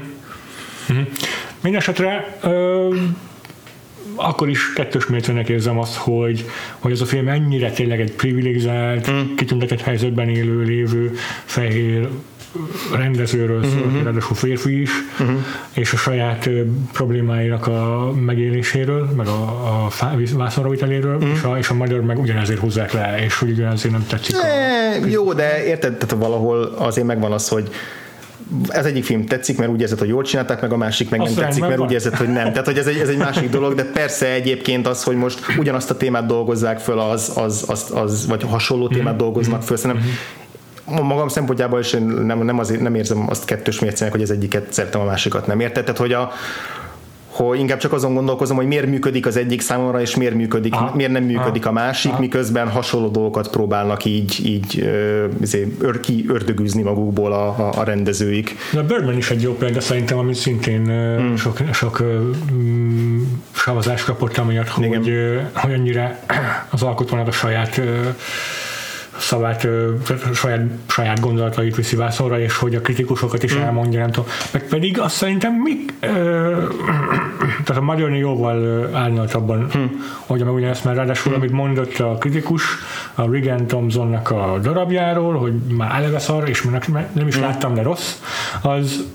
Mindenesetre akkor is kettős mércének érzem azt, hogy ez a film ennyire tényleg egy privilegizált, kitüntetett helyzetben lévő fehér rendezőről szól, ráadásul férfi is, és a saját problémáinak a megéléséről, meg a vászonra viteléről, és a Mother meg ugyanezért húzzák le, és hogy ugyanezért nem tetszik. Jó, de érted, tehát valahol azért megvan az, hogy ez egyik film tetszik, mert úgy érzed, hogy jól csinálták, meg a másik meg nem tetszik, mert úgy érzed, hogy nem. Tehát, hogy ez egy másik dolog, de persze egyébként az, hogy most ugyanazt a témát dolgozzák föl, az vagy hasonló témát dolgoznak föl, szerintem magam szempontjából is nem érzem azt kettős mércének, hogy az egyiket szeretem, a másikat nem. Érted? Tehát, hogy inkább csak azon gondolkozom, hogy miért működik az egyik számomra, és miért nem működik a másik, miközben hasonló dolgokat próbálnak így ördögűzni magukból a rendezőik. De a Birdman is egy jó példa szerintem, amit szintén sok szavazást kapott amiatt, hogy annyire az alkotónak a saját szavát, saját gondolatait viszi vászonra, és hogy a kritikusokat is elmondja, nem tudom. Meg pedig azt szerintem tehát a Mothernél jóval árnyaltabban oldja meg ugyanezt, mert ráadásul, amit mondott a kritikus a Regan Thompsonnak a darabjáról, hogy már eleve szar, és nem is láttam, de rossz, az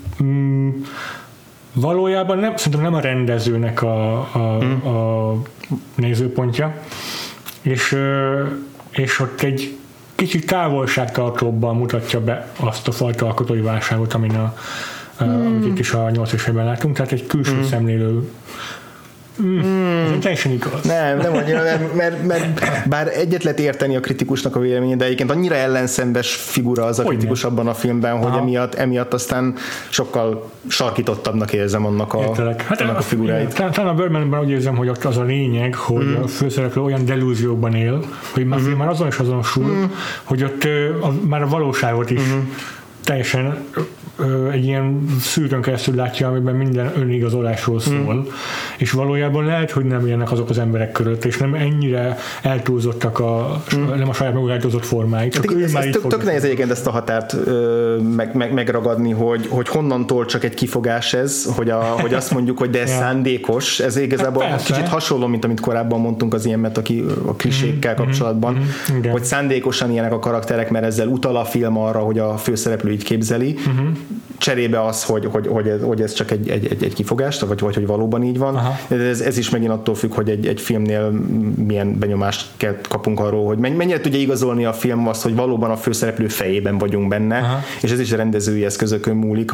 valójában szerintem nem a rendezőnek a nézőpontja, és ott egy kicsit távolságtartóbban mutatja be azt a fajta alkotói válságot, amit itt is a 8-esében látunk, tehát egy külső szemlélő. Ez teljesen igaz. Nem annyira, mert bár egyet lehet érteni a kritikusnak a véleményét, de egyébként annyira ellenszembes figura az a kritikus abban a filmben, hogy emiatt aztán sokkal sarkítottabbnak érzem annak a figuráit. Talán a Birdmanben úgy érzem, hogy ott az a lényeg, hogy a főszereplő olyan delúzióban él, hogy már azon is azonosul, hogy ott már a valóságot is teljesen egy ilyen szűrőn keresztül látja, amiben minden önigazolásról szól, és valójában lehet, hogy nem ilyenek azok az emberek körött, és nem ennyire eltúlzottak nem a saját maguk eltúlzott formái. Csak ez tök nehéz egyébként ezt a határt megragadni, hogy honnantól csak egy kifogás ez, hogy azt mondjuk, hogy de ez szándékos, ez igazából kicsit hasonló, mint amit korábban mondtunk az ilyenmet a klisékkel kapcsolatban, hogy szándékosan ilyenek a karakterek, mert ezzel utal a film arra, hogy a főszereplő így képzeli, cserébe az, hogy ez csak egy kifogás, vagy hogy valóban így van. Ez is megint attól függ, hogy egy filmnél milyen benyomást kapunk arról, hogy mennyire tudja igazolni a film azt, hogy valóban a főszereplő fejében vagyunk benne, és ez is a rendezői eszközökön múlik.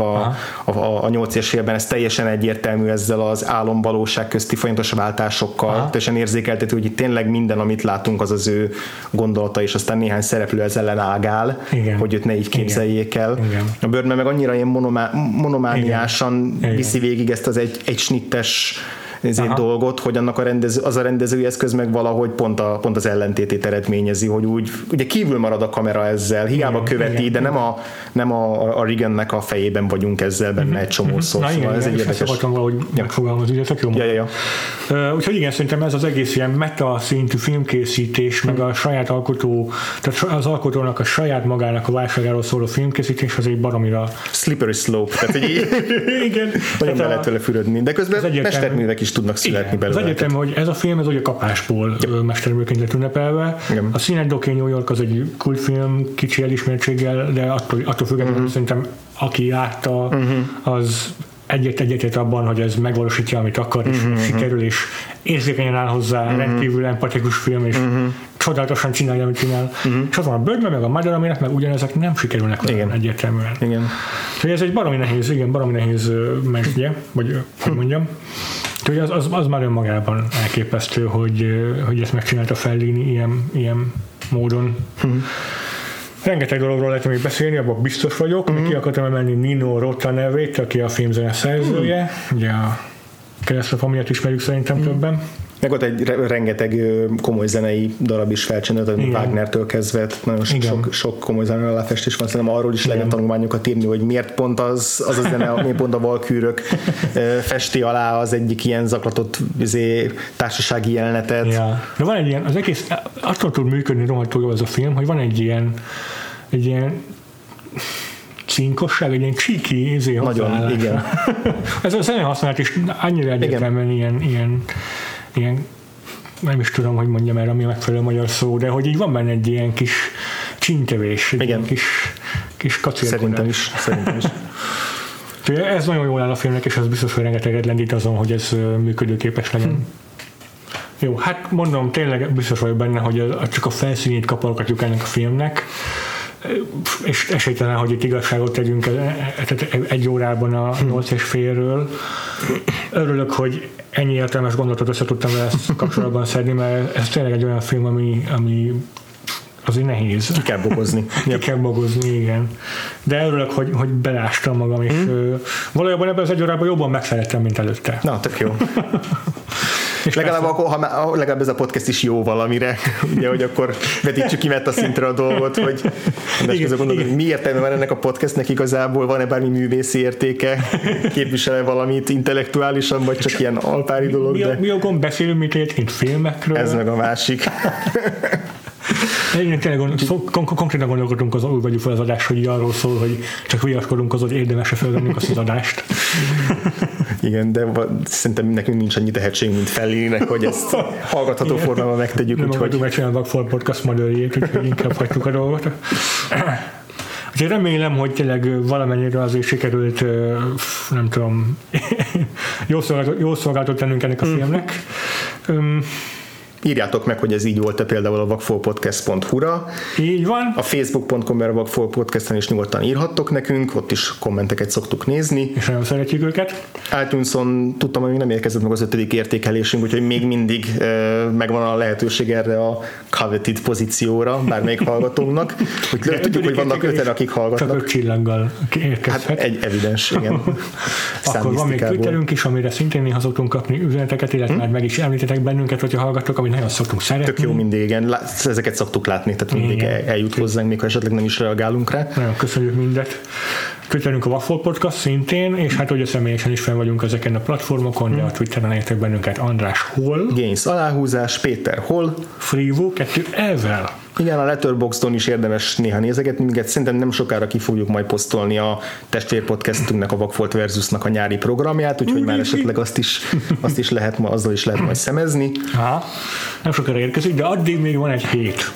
A 8 és félben ez teljesen egyértelmű ezzel az álom-valóság közti folyamatos váltásokkal, teljesen érzékeltető, hogy itt tényleg minden, amit látunk, az az ő gondolata, és aztán néhány szereplő ez ellen ágál, hogy őt ne így képzeljék el. A Birdman meg annyira ilyen monomániásan viszi végig ezt az egy snittes dolgot, hogy annak az a rendezői eszköz meg valahogy pont az ellentétét eredményezi, hogy úgy ugye kívül marad a kamera ezzel, hiába követi, de nem a Reagannek a fejében vagyunk ezzel benne egy csomószor. Szóval ez egy érdekes. Ezt valahogy megfogalmazni, tök jó. Úgyhogy igen, szerintem ez az egész ilyen meta szintű filmkészítés, meg a saját alkotó, tehát az alkotónak a saját magának a válságáról szóló filmkészítés, az egy baromira slippery slope, tehát igen, nagyon be lehet vele fürödni, de közben mesterművek is tudnak születni belőle. Az egyértelmű, hogy ez a film, ez ugye kapásból mesterműként lett ünnepelve. A Synecdoche New York az egy kultfilm, kicsi elismertséggel, de attól függetlenül szerintem aki látta, az egyetért abban, hogy ez megvalósítja, amit akar, és sikerül, és érzékenyen áll hozzá, rendkívül empatikus film, és csodálatosan csinálja, amit csinál. És ott van a Birdman, meg a Mother, aminek meg ugyanezek nem sikerülnek olyan egyértelműen. Úgyhogy ez egy baromi nehéz mesdje, vagy hogy mondjam. Úgyhogy az már önmagában elképesztő, hogy ezt megcsinálta Fellini ilyen módon. Rengeteg dologról lehet még beszélni, abban biztos vagyok. Ki akartam emelni Nino Rota nevét, aki a filmzene szerzője. Ugye a Keresztre Familiát ismerjük szerintem többen. Meg ott egy rengeteg komoly zenei darab is felcsinált, Wagnertől kezdve, nagyon sok komoly zenei aláfestés van, szerintem arról is lehetne tanulmányokat írni, hogy miért pont az a zene, miért pont a Valkürök festi alá az egyik ilyen zaklatott társasági jelenetet. Ja. De van egy ilyen, az egész attól tud működni rohadtul jó ez a film, hogy van egy ilyen cinkosság, egy ilyen csíki nagyon, igen. Ez a zene használat is annyira egyértelműen ilyen nem is tudom, hogy mondjam erre, ami a megfelelő magyar szó, de hogy így van benne egy ilyen kis csíntevés, egy ilyen kis kacérkodás. Szerintem is. Ez nagyon jól áll a filmnek, és az biztos, hogy rengeteget lendít azon, hogy ez működőképes legyen. Jó, hát mondom, tényleg biztos vagyok benne, hogy csak a felszínét kapargatjuk ennek a filmnek, és esélytelen, hogy itt igazságot tegyünk egy órában a 8 és félről. Örülök, hogy ennyi értelmes gondolatot össze tudtam vele ezt kapcsolatban szedni, mert ez tényleg egy olyan film, ami azért nehéz. Ki kell bogozni. Ki kell bogozni, igen. De örülök, hogy belástam magam, és valójában ebben az egy órában jobban megszerettem, mint előtte. Na, tök jó. Legalább ez a podcast is jó valamire, ugye, hogy akkor vetítsük ki a szintre a dolgot, hogy mi értelme van ennek a podcastnek igazából, van-e bármi művészi értéke, képvisel-e valamit intellektuálisan, vagy csak ilyen alpári dolog. Mi okon beszélünk, mint egyébként filmekről? Ez meg a másik. Igen, tényleg konkrétan gondolkodunk az úgy vagyunk fel az adást, hogy arról szól, hogy csak viaskodunk az, hogy érdemes-e felvennünk azt az adást. Igen, de szerintem nekünk nincs annyi tehetség, mint Fellininek, hogy ezt hallgatható formában megtegyük. Nem akartunk megcsinálni a Vagfolt Podcast modellét, úgyhogy inkább hagytuk a dolgot. Úgyhogy remélem, hogy tényleg valamennyire azért sikerült, nem tudom, jól szolgáltott tennünk ennek a filmnek. Írjátok meg, hogy ez így volt-e például a vagfoltpodcast.hu-ra. Így van. A facebook.com per vagfoltpodcasten is nyugodtan írhattok nekünk, ott is kommenteket szoktuk nézni. És nagyon szeretjük őket. iTunes-on tudtam, hogy még nem érkezett meg az 5. értékelésünk, úgyhogy még mindig megvan a lehetőség erre a coveted pozícióra, bármelyik hallgatónknak. Hogy tudjuk, hogy vannak 5-en, akik hallgatnak. Csak 5 csillaggal érkezhet. Hát evidens, igen. Akkor van még Twitterünk is, amire szintén néha szoktunk kapni üzeneteket, illetve már meg is említetek bennünket, hogyha hallgattok, amit nagyon szoktunk szeretni. Tök jó mindig, igen. Ezeket szoktuk látni, tehát mindig eljut hozzánk, még ha esetleg nem is reagálunk rá. Nagyon köszönjük mindet. Twitterünk a Waffle Podcast szintén, és hát ugye személyesen is fenn vagyunk ezeken a platformokon, de a Twitteren értek bennünket András Hol, Gains aláhúzás, Péter Hol, Freevo 2 Evel. Igen, a Letterboxdon is érdemes néha nézegetni, minket szerintem nem sokára ki fogjuk majd posztolni a testvérpodcastünknek, a Vagfolt Versusnak a nyári programját, úgyhogy már esetleg azt is lehet, azzal is lehet majd szemezni. Aha, nem sokára érkezik, de addig még van egy hét.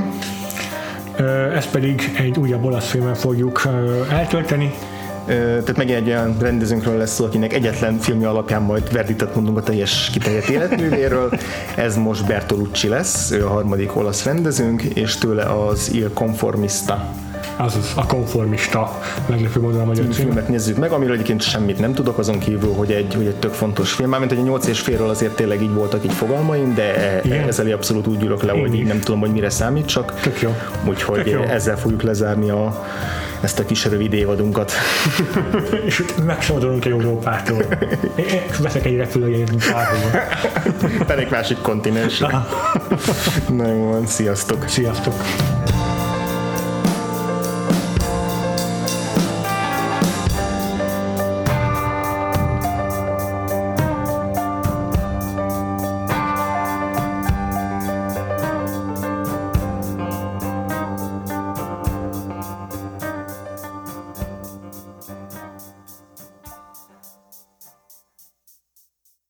Ezt pedig egy újabb olasz filmmel fogjuk eltölteni. Tehát megint egy olyan rendezőnkről lesz szó, akinek egyetlen filmje alapján majd verdiktet mondunk a teljes kiterjedt életművéről. Ez most Bertolucci lesz, ő a harmadik olasz rendezőnk, és tőle az Il Conformista. Azaz, a konformista, meglepő módon a magyar filmet nézzük meg, amiről egyébként semmit nem tudok, azon kívül, hogy egy tök fontos film. Mármint, hogy a 8 és félről azért tényleg így voltak így fogalmaim, de ezzel abszolút úgy ülök le, hogy így nem tudom, hogy mire számítsak. Tök jó. Úgyhogy ezzel fogjuk lezárni ezt a kis rövid évadunkat. És megszabadulunk Európától. Veszek egy repülőjét, bárhova. Pedig másik kontinensre. Na jó van, sziasztok! Sziasztok!